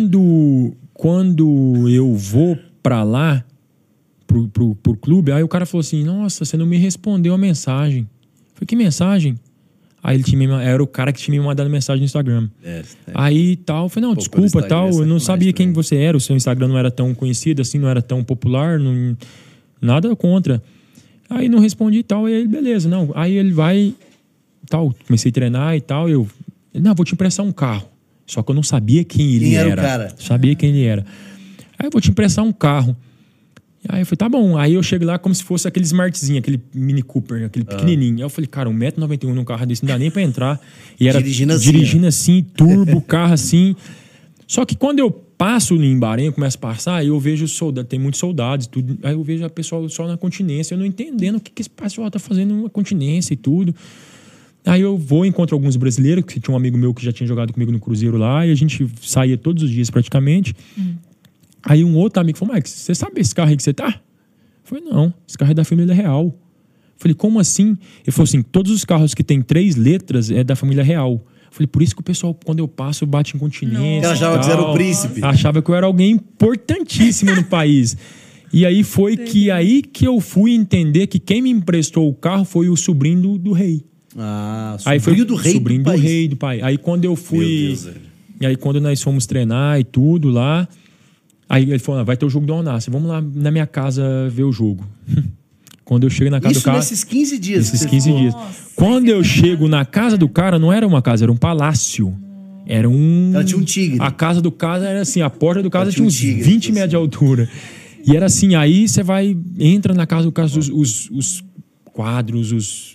quando eu vou pra lá, pro clube, aí o cara falou assim, nossa, você não me respondeu a mensagem. Eu falei, que mensagem? Aí era o cara que tinha me mandado mensagem no Instagram. Aí tal, eu falei, não, desculpa, tal, eu não sabia quem você era, o seu Instagram não era tão conhecido assim, não era tão popular, nada contra. Aí não respondi e tal, e aí beleza, não. Aí ele vai, tal, comecei a treinar e tal, vou te emprestar um carro. Só que eu não sabia quem ele era. O cara? Sabia quem ele era. Aí eu vou te emprestar um carro. Aí eu falei, tá bom. Aí eu chego lá como se fosse aquele Smartzinho, aquele Mini Cooper, aquele pequenininho. Aí eu falei, cara, 1,91 m num carro desse não dá nem pra entrar. E era dirigindo assim, turbo, carro assim. Só que quando eu passo em Bahrein, eu começo a passar, aí eu vejo soldados, tem muitos soldados e tudo. Aí eu vejo a pessoa só na continência, eu não entendendo o que esse pessoal tá fazendo numa continência e tudo. Aí eu vou e encontro alguns brasileiros, que tinha um amigo meu que já tinha jogado comigo no Cruzeiro lá, e a gente saía todos os dias praticamente. Aí um outro amigo falou, Max, você sabe esse carro aí que você tá? Eu falei, não, esse carro é da família real. Eu falei, como assim? Ele falou assim, todos os carros que tem 3 letras é da família real. Eu falei, por isso que o pessoal, quando eu passo, bate em continência. Eu achava que você era o príncipe. Achava que eu era alguém importantíssimo no país. E aí foi que eu fui entender que quem me emprestou o carro foi o sobrinho do rei. Aí foi do rei sobrinho do rei do pai. Aí quando eu fui... E aí quando nós fomos treinar e tudo lá... Aí ele falou, vai ter o jogo do Al-Nassr, vamos lá na minha casa ver o jogo. Quando eu chego na casa do cara... nesses 15 dias. Nesses 15 dias. Quando eu chego na casa do cara, não era uma casa, era um palácio. Era um... Ela tinha um tigre. A casa do cara era assim, a porta do casa tinha uns 20 metros de altura. E era assim, aí você entra na casa do cara, os quadros,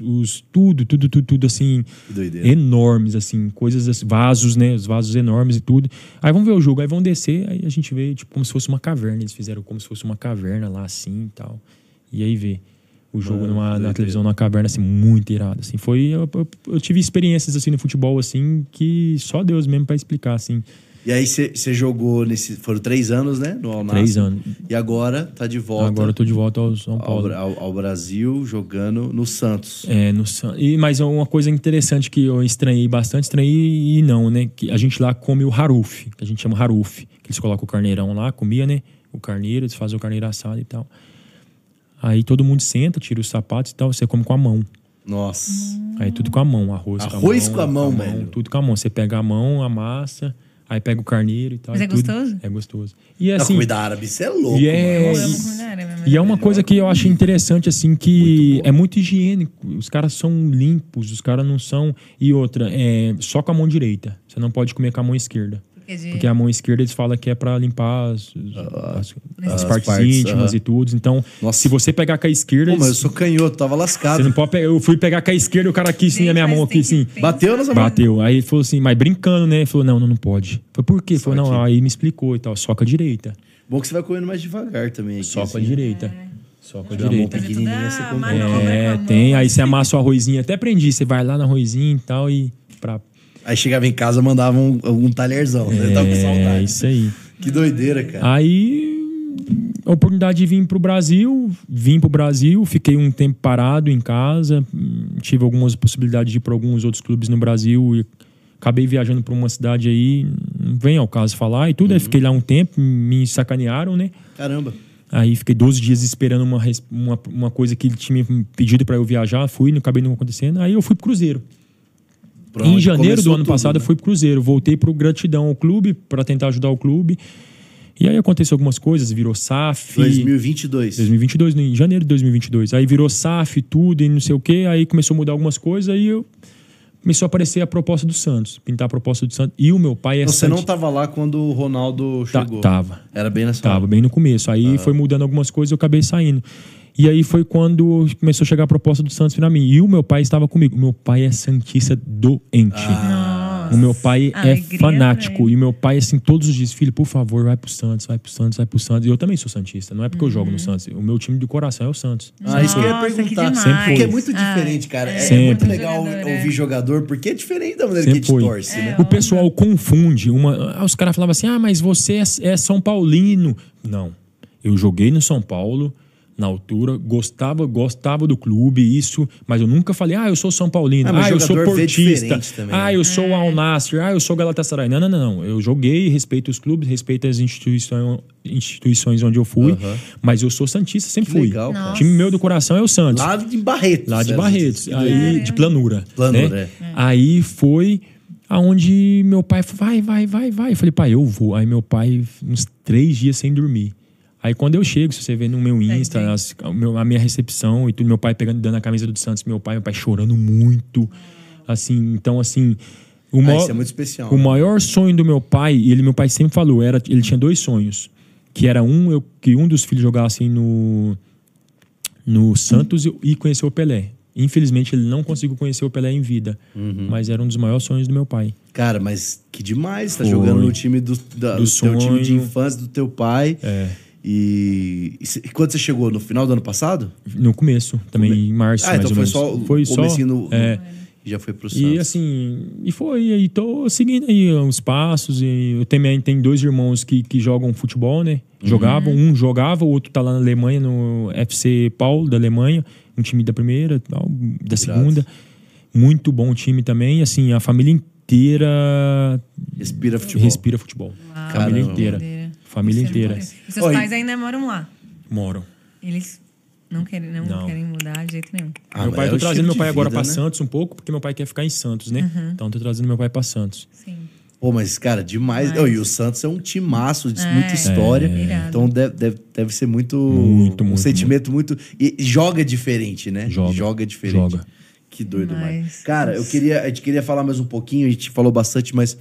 tudo assim, enormes, assim, coisas assim, vasos, né, os vasos enormes e tudo. Aí vamos ver o jogo, aí vão descer, aí a gente vê, tipo, como se fosse uma caverna, eles fizeram como se fosse uma caverna lá, assim, e tal. E aí vê o jogo na televisão, numa caverna, assim, muito irado, assim. Eu tive experiências, assim, no futebol, assim, que só Deus mesmo pra explicar, assim. E aí você jogou foram 3 anos, né? No Al-Nassr. 3 anos. E agora tá de volta. Agora eu tô de volta ao São Paulo. Ao Brasil, jogando no Santos. No Santos. Mas uma coisa interessante que eu estranhei bastante, e não, né? Que a gente lá come o haruf, que a gente chama haruf. Que eles colocam o carneirão lá, comia, né? O carneiro, eles fazem o carneiro assado e tal. Aí todo mundo senta, tira os sapatos e tal, você come com a mão. Nossa. Aí tudo com a mão, arroz com a mão, velho. Tudo com a mão. Você pega a mão, amassa... Aí pega o carneiro e tal. Mas é gostoso? É gostoso. E assim, a comida árabe, isso é louco. Eu amo comida árabe. E é uma coisa que eu acho interessante, assim, que é muito higiênico. Os caras são limpos, os caras não são... E outra, só com a mão direita. Você não pode comer com a mão esquerda. Porque a mão esquerda eles falam que é pra limpar as partes íntimas e tudo. Então, se você pegar com a esquerda... Pô, mas eu sou canhoto, tava lascado. Você não pode pegar, eu fui pegar com a esquerda e o cara aqui, assim, na minha mão aqui, assim. Bateu nessa mão? Bateu. Aí ele falou assim, mas brincando, né? Ele falou, não pode. Falei, por quê? Ele falou, não, aí me explicou e tal. Só com a direita. Bom que você vai comendo mais devagar também. Aqui, só com a direita. Só com a direita. Mão pequenininha, você come. Tem. Aí você amassa o arrozinho. Até aprendi. Você vai lá no arrozinho e tal e... Aí chegava em casa, mandava um talherzão. Né? Tava com saudade. É isso aí. Que doideira, cara. Aí, a oportunidade de vir pro Brasil. Vim pro Brasil, fiquei um tempo parado em casa. Tive algumas possibilidades de ir para alguns outros clubes no Brasil. E acabei viajando para uma cidade aí. Não vem ao caso falar e tudo. Aí fiquei lá um tempo, me sacanearam, né? Caramba. Aí fiquei 12 dias esperando uma coisa que ele tinha me pedido para eu viajar. Fui, não acabei não acontecendo. Aí eu fui pro Cruzeiro. Em janeiro do ano passado, eu fui pro Cruzeiro. Voltei pro Gratidão ao clube para tentar ajudar o clube. E aí aconteceu algumas coisas, virou SAF. 2022. Em janeiro de 2022. Aí virou SAF, tudo e não sei o quê. Aí começou a mudar algumas coisas. Aí começou a aparecer a proposta do Santos. Pintar a proposta do Santos. E o meu pai Você não tava lá quando o Ronaldo chegou? Tava. Era bem nessa hora? Tava, bem no começo. Aí foi mudando algumas coisas e eu acabei saindo. E aí foi quando começou a chegar a proposta do Santos pra mim. E o meu pai estava comigo. O meu pai é santista doente. O meu pai é fanático. E o meu pai, assim, todos os dias, filho, por favor, vai pro Santos, vai pro Santos, vai pro Santos. E eu também sou santista. Não é porque eu jogo no Santos. O meu time de coração é o Santos. Isso que eu ia perguntar. Sempre porque é muito diferente, cara. É muito legal ouvir jogador, porque é diferente da maneira que a gente torce, né? O pessoal confunde. Os caras falavam assim, mas você é São Paulino. Não. Eu joguei no São Paulo... Na altura, gostava do clube, mas eu nunca falei, eu sou São Paulino, eu sou portista, eu sou o Al-Nassr, eu sou Galatasaray. Não. Eu joguei, respeito os clubes, respeito as instituições onde eu fui, mas eu sou santista, sempre fui. Legal, o time meu do coração é o Santos. Lá de Barretos. Aí, de Planura. Né? Aí foi aonde meu pai falou, vai. Eu falei, pai, eu vou. Aí meu pai, uns 3 dias sem dormir. Aí quando eu chego, se você vê no meu Insta, a minha recepção e tudo, meu pai dando a camisa do Santos, meu pai chorando muito. Assim, então assim... Isso é muito especial. O maior sonho do meu pai, meu pai sempre falou, ele tinha 2 sonhos. que era que um dos filhos jogasse no Santos e conheceu o Pelé. Infelizmente, ele não conseguiu conhecer o Pelé em vida. Mas era um dos maiores sonhos do meu pai. Cara, mas que demais. Tá jogando no time do teu time de infância do teu pai. E quando você chegou? No final do ano passado? No começo. Também em março, mais então ou foi menos. Só o comecinho e já foi pro Santos. E assim... E tô seguindo aí os passos. E eu também tenho 2 irmãos que jogam futebol, né? Jogavam. Um jogava, o outro tá lá na Alemanha, no FC Paul, da Alemanha. Um time da primeira, da segunda. Muito bom time também. Assim, a família inteira... Respira futebol. Família inteira. Família inteira. E seus pais ainda moram lá? Moram. Eles não querem mudar de jeito nenhum. Meu pai, tô trazendo meu pai agora pra Santos um pouco, porque meu pai quer ficar em Santos, né? Então tô trazendo meu pai pra Santos. Sim. Pô, mas, cara, demais. E o Santos é um timaço de muita história. Então deve ser muito um sentimento muito... E joga diferente, né? Joga diferente. Joga. Que doido, mais. Cara, a gente queria falar mais um pouquinho, a gente falou bastante, mas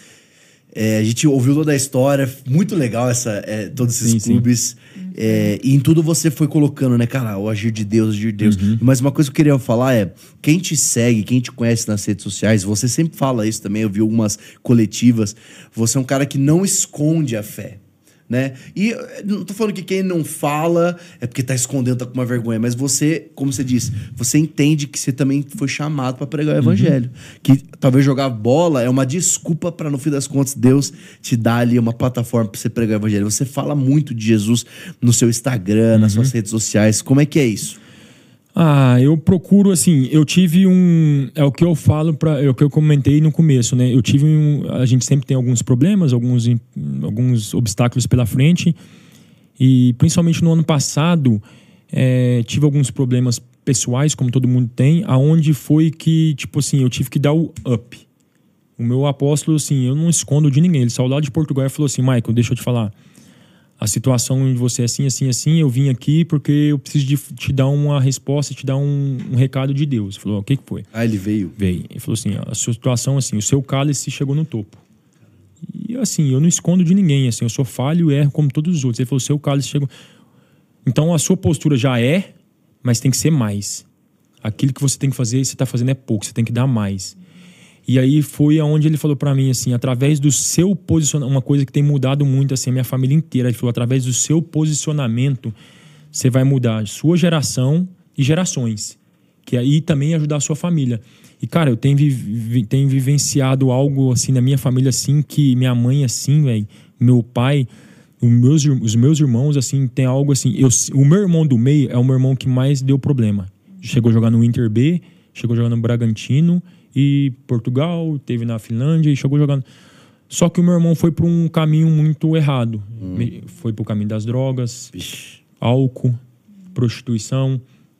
a gente ouviu toda a história, muito legal todos esses clubes. E em tudo você foi colocando, né, cara, o agir de Deus. Mas uma coisa que eu queria falar quem te segue, quem te conhece nas redes sociais, você sempre fala isso também, eu vi algumas coletivas, você é um cara que não esconde a fé, né? E não tô falando que quem não fala é porque tá escondendo, tá com uma vergonha, mas você, como você disse, você entende que você também foi chamado para pregar o evangelho. Que talvez jogar bola é uma desculpa para no fim das contas Deus te dar ali uma plataforma para você pregar o evangelho. Você fala muito de Jesus no seu Instagram, nas suas redes sociais. Como é que é isso? Eu procuro, assim, eu tive é o que eu falo, é o que eu comentei no começo, né? A gente sempre tem alguns problemas, alguns obstáculos pela frente. E principalmente no ano passado, tive alguns problemas pessoais, como todo mundo tem, aonde foi que, tipo assim, eu tive que dar o up. O meu apóstolo, assim, eu não escondo de ninguém. Ele saiu lá de Portugal e falou assim: Michael, deixa eu te falar. A situação de você é assim, assim, assim. Eu vim aqui porque eu preciso de te dar uma resposta, te dar um recado de Deus. Ele falou: o que foi? Ele veio? Veio. Ele falou assim: a sua situação, assim, o seu cálice chegou no topo. E assim, eu não escondo de ninguém, assim, eu sou falho e erro como todos os outros. Ele falou: o seu cálice chegou. Então a sua postura já mas tem que ser mais. Aquilo que você tem que fazer, você está fazendo é pouco, você tem que dar mais. E aí foi aonde ele falou pra mim, assim, através do seu posicionamento, uma coisa que tem mudado muito, assim, a minha família inteira. Ele falou: através do seu posicionamento, você vai mudar a sua geração e gerações. Que aí também ajudar a sua família. E, cara, eu tenho vivenciado algo, assim, na minha família, assim, que minha mãe, assim, velho, meu pai, os meus irmãos, assim, tem algo assim. O meu irmão do meio é o meu irmão que mais deu problema. Chegou a jogar no Inter B, chegou a jogar no Bragantino e Portugal, teve na Finlândia e chegou jogando. Só que o meu irmão foi para um caminho muito errado. Foi para o caminho das drogas, álcool, prostituição.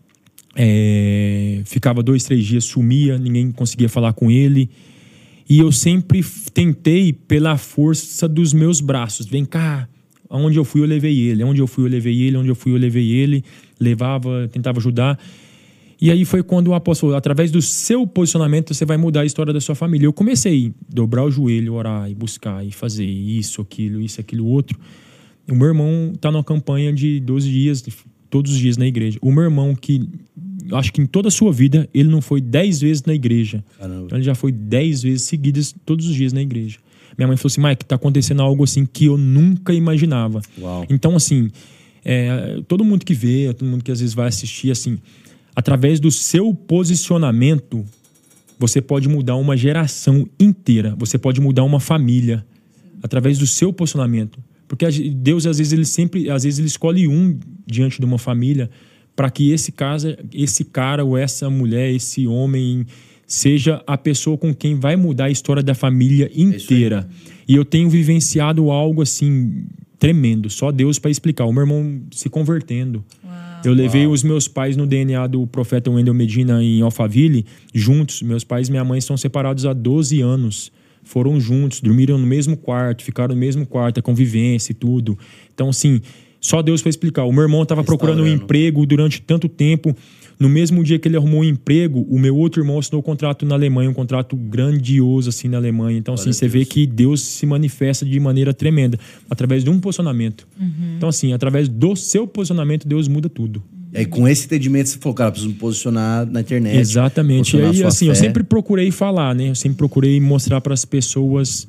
Ficava 2, 3 dias, sumia, ninguém conseguia falar com ele. E eu sempre tentei, pela força dos meus braços: vem cá, aonde eu fui eu levei ele, aonde eu fui eu levei ele, onde eu fui eu levei ele, levava, tentava ajudar. E aí foi quando o apóstolo falou: através do seu posicionamento você vai mudar a história da sua família. Eu comecei a dobrar o joelho, orar e buscar e fazer isso, aquilo, outro. O meu irmão tá numa campanha de 12 dias, todos os dias na igreja. O meu irmão, que acho que em toda a sua vida ele não foi 10 vezes na igreja. Caramba. Então ele já foi 10 vezes seguidas todos os dias na igreja. Minha mãe falou assim: Mike, tá acontecendo algo assim que eu nunca imaginava. Uau. Então, assim, todo mundo que vê, todo mundo que às vezes vai assistir, assim, através do seu posicionamento, você pode mudar uma geração inteira. Você pode mudar uma família. Através do seu posicionamento. Porque Deus, às vezes, ele escolhe um diante de uma família para que esse cara ou essa mulher, esse homem, seja a pessoa com quem vai mudar a história da família inteira. E eu tenho vivenciado algo assim tremendo. Só Deus para explicar. O meu irmão se convertendo. Eu levei os meus pais no DNA do profeta Wendel Medina em Alphaville, juntos. Meus pais e minha mãe estão separados há 12 anos. Foram juntos, dormiram no mesmo quarto, ficaram no mesmo quarto, a convivência e tudo. Então, assim, Só Deus para explicar. O meu irmão estava procurando um emprego durante tanto tempo. No mesmo dia que ele arrumou um emprego, o meu outro irmão assinou um contrato na Alemanha, um contrato grandioso assim na Alemanha. Então, assim, você vê que Deus se manifesta de maneira tremenda através de um posicionamento. Então, assim, através do seu posicionamento, Deus muda tudo. E aí, com esse entendimento, você falou, cara, preciso me posicionar na internet. Exatamente. E aí, assim, eu sempre procurei falar, né? Eu sempre procurei mostrar para as pessoas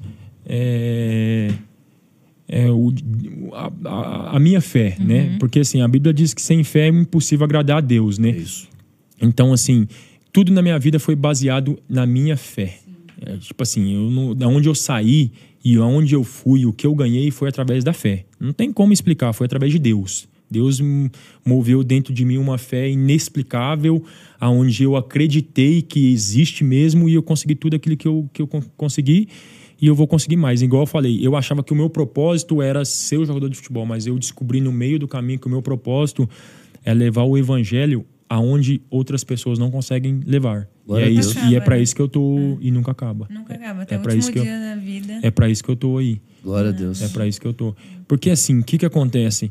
a minha fé, né? Porque assim, a Bíblia diz que sem fé é impossível agradar a Deus, né? Isso. Então, assim, tudo na minha vida foi baseado na minha fé. Tipo assim, da onde eu saí e aonde eu fui, o que eu ganhei foi através da fé. Não tem como explicar, foi através de Deus. Deus moveu dentro de mim uma fé inexplicável, aonde eu acreditei que existe mesmo e eu consegui tudo aquilo que eu consegui. E eu vou conseguir mais. Igual eu falei, eu achava que o meu propósito era ser o jogador de futebol, mas eu descobri no meio do caminho que o meu propósito é levar o evangelho aonde outras pessoas não conseguem levar. E é para isso que eu tô... E nunca acaba. Nunca acaba, até o último dia da vida. É para isso que eu tô aí. Glória a Deus. É para isso que eu tô. Porque assim, o que acontece?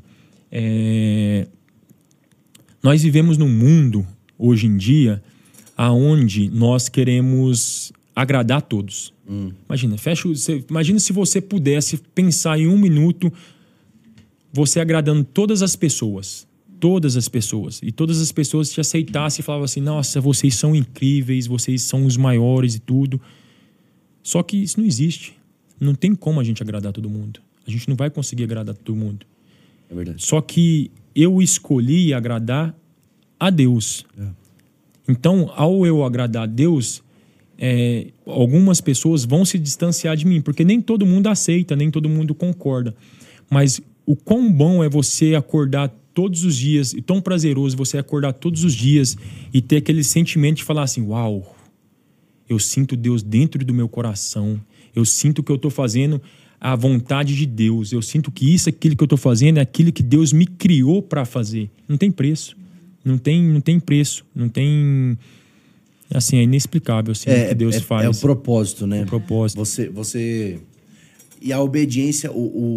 Nós vivemos num mundo, hoje em dia, aonde nós queremos agradar a todos. Imagina se você pudesse pensar em um minuto você agradando todas as pessoas. Todas as pessoas. E todas as pessoas te aceitassem e falavam assim, nossa, vocês são incríveis, vocês são os maiores e tudo. Só que isso não existe. Não tem como a gente agradar todo mundo. A gente não vai conseguir agradar todo mundo. É verdade. Só que eu escolhi agradar a Deus. Então, ao eu agradar a Deus, algumas pessoas vão se distanciar de mim, porque nem todo mundo aceita, nem todo mundo concorda. Mas o quão bom é você acordar todos os dias, e tão prazeroso você acordar todos os dias e ter aquele sentimento de falar assim, uau, eu sinto Deus dentro do meu coração, eu sinto que eu estou fazendo a vontade de Deus, eu sinto que aquilo que eu estou fazendo é aquilo que Deus me criou para fazer. Não tem preço, não tem preço, não tem... Assim, é inexplicável assim, o que Deus faz. É o propósito, né? O propósito. Você... E a obediência,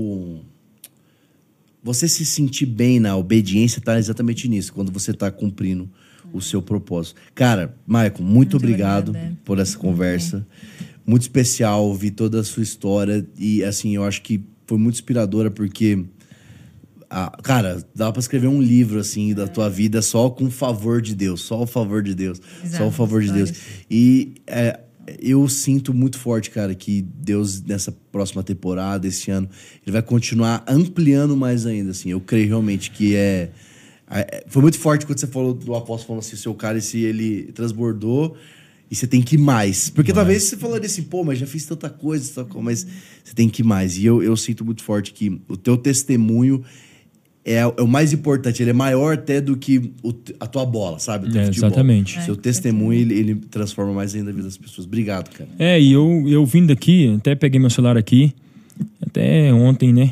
você se sentir bem na obediência está exatamente nisso, quando você está cumprindo o seu propósito. Cara, Maicon, muito obrigado por essa conversa. Muito especial ouvir toda a sua história. E, assim, eu acho que foi muito inspiradora, porque... cara, dá pra escrever um livro, assim, da tua vida só com o favor de Deus. Só o favor de Deus. Exato, só o favor de Deus. E eu sinto muito forte, cara, que Deus, nessa próxima temporada, esse ano, ele vai continuar ampliando mais ainda, assim. Eu creio realmente que foi muito forte quando você falou do apóstolo falando assim, o seu cálice, ele transbordou e você tem que ir mais. Porque talvez você falaria assim, pô, mas já fiz tanta coisa, mas você tem que ir mais. E eu sinto muito forte que o teu testemunho é o mais importante, ele é maior até do que a tua bola, sabe? O teu futebol. Exatamente. O seu testemunho, ele transforma mais ainda a vida das pessoas. Obrigado, cara. E eu vindo aqui, até peguei meu celular aqui, até ontem, né?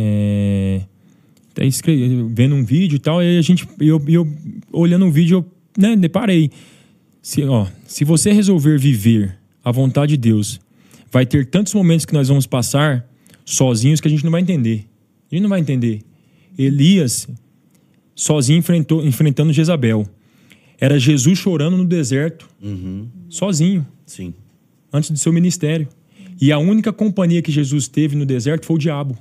Até vendo um vídeo e tal, e eu olhando um vídeo, eu, né, deparei. Se você resolver viver a vontade de Deus, vai ter tantos momentos que nós vamos passar sozinhos que a gente não vai entender. A gente não vai entender. Elias, sozinho, enfrentando Jezabel. Era Jesus chorando no deserto, sozinho, Sim. antes do seu ministério. E a única companhia que Jesus teve no deserto foi o diabo.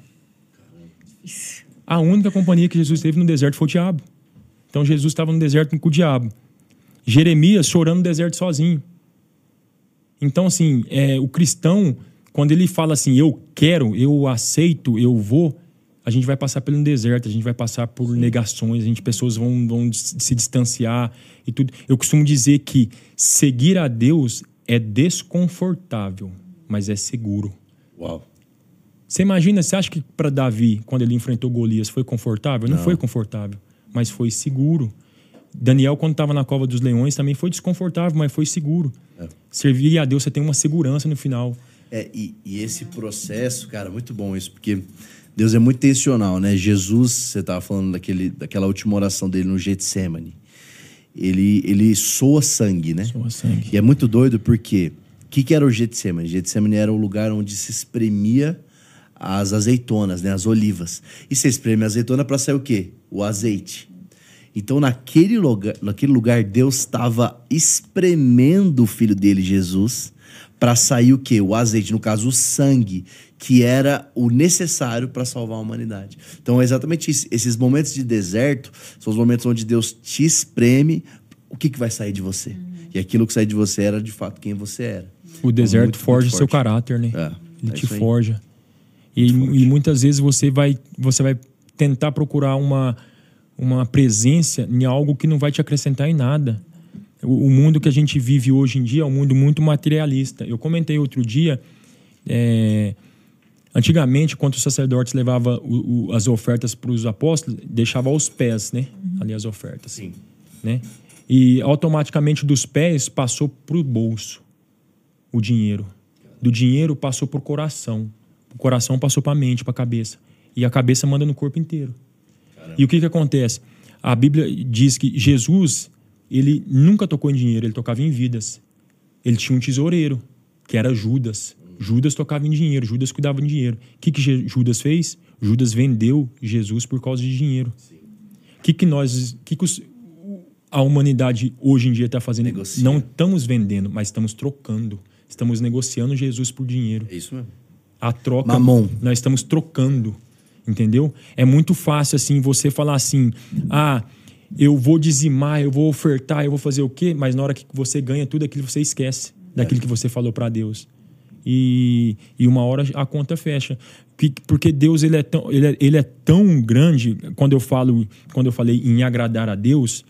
A única companhia que Jesus teve no deserto foi o diabo. Então Jesus estava no deserto com o diabo. Jeremias chorando no deserto sozinho. Então, assim, o cristão, quando ele fala assim, eu quero, eu aceito, eu vou, a gente vai passar pelo deserto, a gente vai passar por negações, pessoas vão se distanciar e tudo. Eu costumo dizer que seguir a Deus é desconfortável, mas é seguro. Uau. Você imagina, você acha que para Davi, quando ele enfrentou Golias, foi confortável? Não foi confortável, mas foi seguro. Daniel, quando estava na cova dos leões, também foi desconfortável, mas foi seguro. Servir a Deus, você tem uma segurança no final. E esse processo, cara, muito bom isso, porque Deus é muito intencional, né? Jesus, você estava falando daquela última oração dele no Getsemane. Ele soa sangue, né? Soa sangue. E é muito doido porque... O que era o Getsemane? Getsemane era o lugar onde se espremia as azeitonas, né? As olivas. E você espreme a azeitona para sair o quê? O azeite. Então, naquele lugar Deus estava espremendo o filho dele, Jesus, para sair o quê? O azeite, no caso, o sangue, que era o necessário para salvar a humanidade. Então, é exatamente isso. Esses momentos de deserto são os momentos onde Deus te espreme. O que vai sair de você? E aquilo que sai de você era, de fato, quem você era. O deserto forja seu caráter, né? Ele te forja. E muitas vezes você vai tentar procurar uma presença em algo que não vai te acrescentar em nada. O mundo que a gente vive hoje em dia é um mundo muito materialista. Eu comentei outro dia, antigamente, quando os sacerdotes levavam as ofertas para os apóstolos, deixava aos pés, né? Ali as ofertas. Sim. Né? E automaticamente dos pés passou para o bolso o dinheiro. Do dinheiro passou para o coração. O coração passou para a mente, para a cabeça. E a cabeça manda no corpo inteiro. Caramba. E o que acontece? A Bíblia diz que Jesus, ele nunca tocou em dinheiro, ele tocava em vidas. Ele tinha um tesoureiro, que era Judas. Judas tocava em dinheiro, Judas cuidava de dinheiro. O que Judas fez? Judas vendeu Jesus por causa de dinheiro. A humanidade hoje em dia está fazendo? Negocia. Não estamos vendendo, mas estamos trocando. Estamos negociando Jesus por dinheiro. É isso mesmo. A troca, Mamon. Nós estamos trocando, entendeu? É muito fácil assim você falar assim, eu vou dizimar, eu vou ofertar, eu vou fazer o quê? Mas na hora que você ganha tudo aquilo, você esquece daquilo que você falou para Deus. E uma hora a conta fecha. Porque Deus ele é tão grande, quando eu falei em agradar a Deus,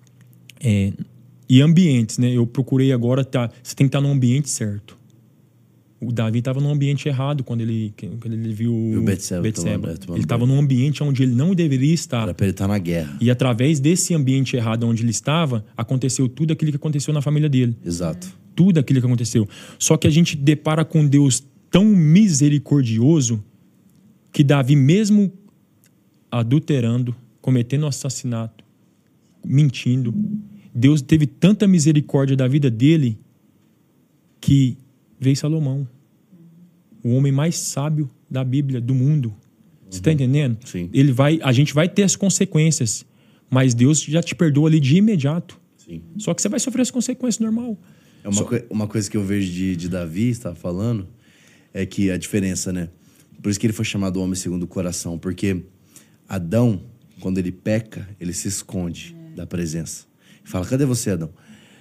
e ambientes, né? Eu procurei agora, você tem que estar no ambiente certo. O Davi estava num ambiente errado quando ele viu Betseba. Ele estava num ambiente onde ele não deveria estar. Era para ele estar na guerra. E através desse ambiente errado onde ele estava, aconteceu tudo aquilo que aconteceu na família dele. Exato. Tudo aquilo que aconteceu. Só que a gente depara com Deus tão misericordioso que Davi, mesmo adulterando, cometendo assassinato, mentindo, Deus teve tanta misericórdia da vida dele que veio Salomão, o homem mais sábio da Bíblia, do mundo. Você está entendendo? Sim. A gente vai ter as consequências, mas Deus já te perdoa ali de imediato. Sim. Só que você vai sofrer as consequências normal. Uma coisa que eu vejo de Davi, você estava falando, é que a diferença, né? Por isso que ele foi chamado homem segundo o coração, porque Adão, quando ele peca, ele se esconde da presença. Fala, cadê você, Adão?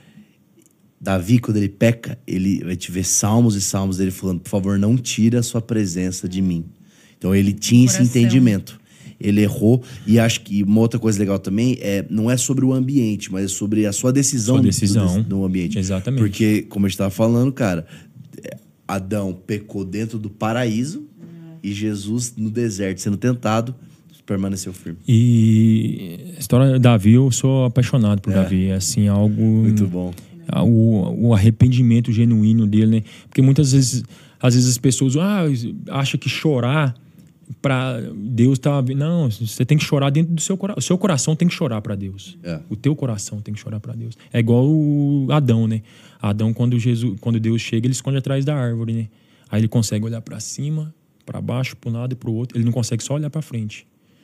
Davi, quando ele peca, ele vai te ver salmos e salmos dele falando, por favor, não tira a sua presença de mim. Então ele tinha esse entendimento. Ele errou, e acho que uma outra coisa legal também não é sobre o ambiente, mas é sobre a sua decisão, do ambiente. Exatamente. Porque, como a gente estava falando, cara, Adão pecou dentro do paraíso e Jesus no deserto, sendo tentado, permaneceu firme. E a história de Davi, eu sou apaixonado por Davi. É assim, algo... Muito bom. O arrependimento genuíno dele, né? Porque muitas vezes, as pessoas acham que chorar para Deus tá... Não, você tem que chorar dentro do seu coração. O seu coração tem que chorar para Deus. O teu coração tem que chorar para Deus. É igual o Adão, né? Adão, quando Deus chega, ele esconde atrás da árvore, né? Aí ele consegue olhar para cima, para baixo, para um lado e para o outro. Ele não consegue só olhar para frente.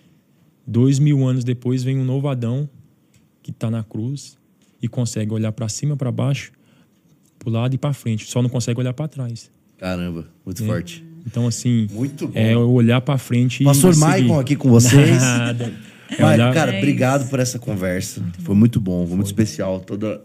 2000 anos depois vem um novo Adão que está na cruz e consegue olhar para cima, para baixo, para o lado e para frente. Só não consegue olhar para trás. Caramba, muito forte. Então, assim, muito bom. Olhar para frente. Pastor Maicon aqui com vocês. Nada. Cara, obrigado por essa conversa. Foi muito bom, foi muito especial.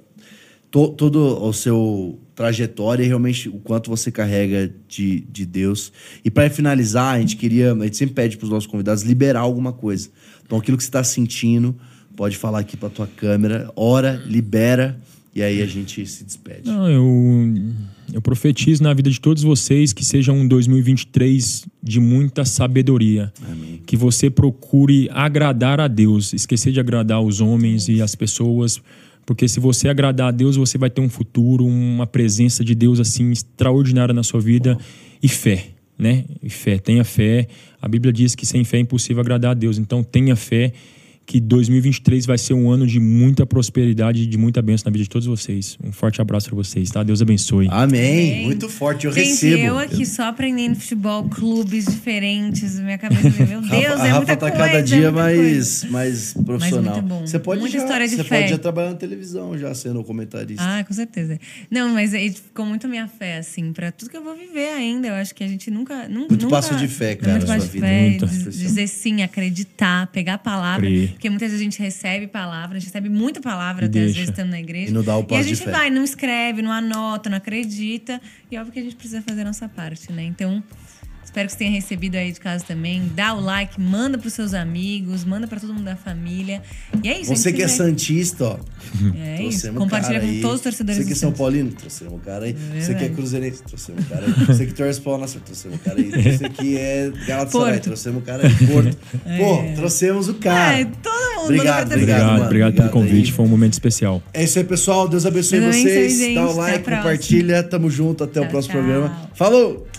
Todo o seu trajetória e realmente o quanto você carrega de Deus. E para finalizar, a gente sempre pede para os nossos convidados liberar alguma coisa. Então, aquilo que você está sentindo, pode falar aqui para tua câmera, ora, libera, e aí a gente se despede. Não, eu profetizo na vida de todos vocês que seja um 2023 de muita sabedoria. Amém. Que você procure agradar a Deus, esquecer de agradar os homens e as pessoas, porque se você agradar a Deus, você vai ter um futuro, uma presença de Deus assim extraordinária na sua vida. Bom. E fé, né? E fé, tenha fé. A Bíblia diz que sem fé é impossível agradar a Deus. Então tenha fé que 2023 vai ser um ano de muita prosperidade e de muita bênção na vida de todos vocês. Um forte abraço para vocês, tá? Deus abençoe. Amém. Muito forte, eu recebo. Eu aqui só aprendendo futebol, clubes diferentes, minha cabeça, meu Deus, é muita coisa. Cada dia mais profissional. Mas muito bom. Você pode muita já, história de você fé. pode já trabalhar na televisão, já sendo comentarista. Ah, com certeza. Não, mas aí ficou muito a minha fé, assim, pra tudo que eu vou viver ainda. Eu acho que a gente nunca muito passo de fé, cara, muito na passo sua de vida. fé, Muito. dizer sim, acreditar, pegar a palavra. Crer. Porque muitas vezes a gente recebe palavra, a gente recebe muita palavra, E até às deixa. vezes estando na igreja. E não dá o passo a de gente fé. vai, não escreve, não anota, não acredita. E óbvio que a gente precisa fazer a nossa parte, né? Então, espero que você tenha recebido aí de casa também. Dá o like, manda pros seus amigos, manda pra todo mundo da família. E é isso. Você que é santista, ó. É isso. Trouxemos Compartilha cara com aí. todos os torcedores Você que é do São Santos. Paulino, trouxemos um cara aí. Você que é verdade. cruzeirense, trouxemos um cara aí. Você que torce pro Nacional, trouxemos um cara aí. Você que é Galatasaray, Porto. trouxemos um cara aí. Porto. Pô, trouxemos o cara. Todo mundo. Obrigado, Obrigado, mano. obrigado pelo convite. aí. Foi um momento especial. É isso aí, pessoal. Deus abençoe Deus vocês. abençoe, gente. Dá o Até a like, próxima. compartilha. Tamo junto. Até o Tchau, próximo tchau. programa. Falou!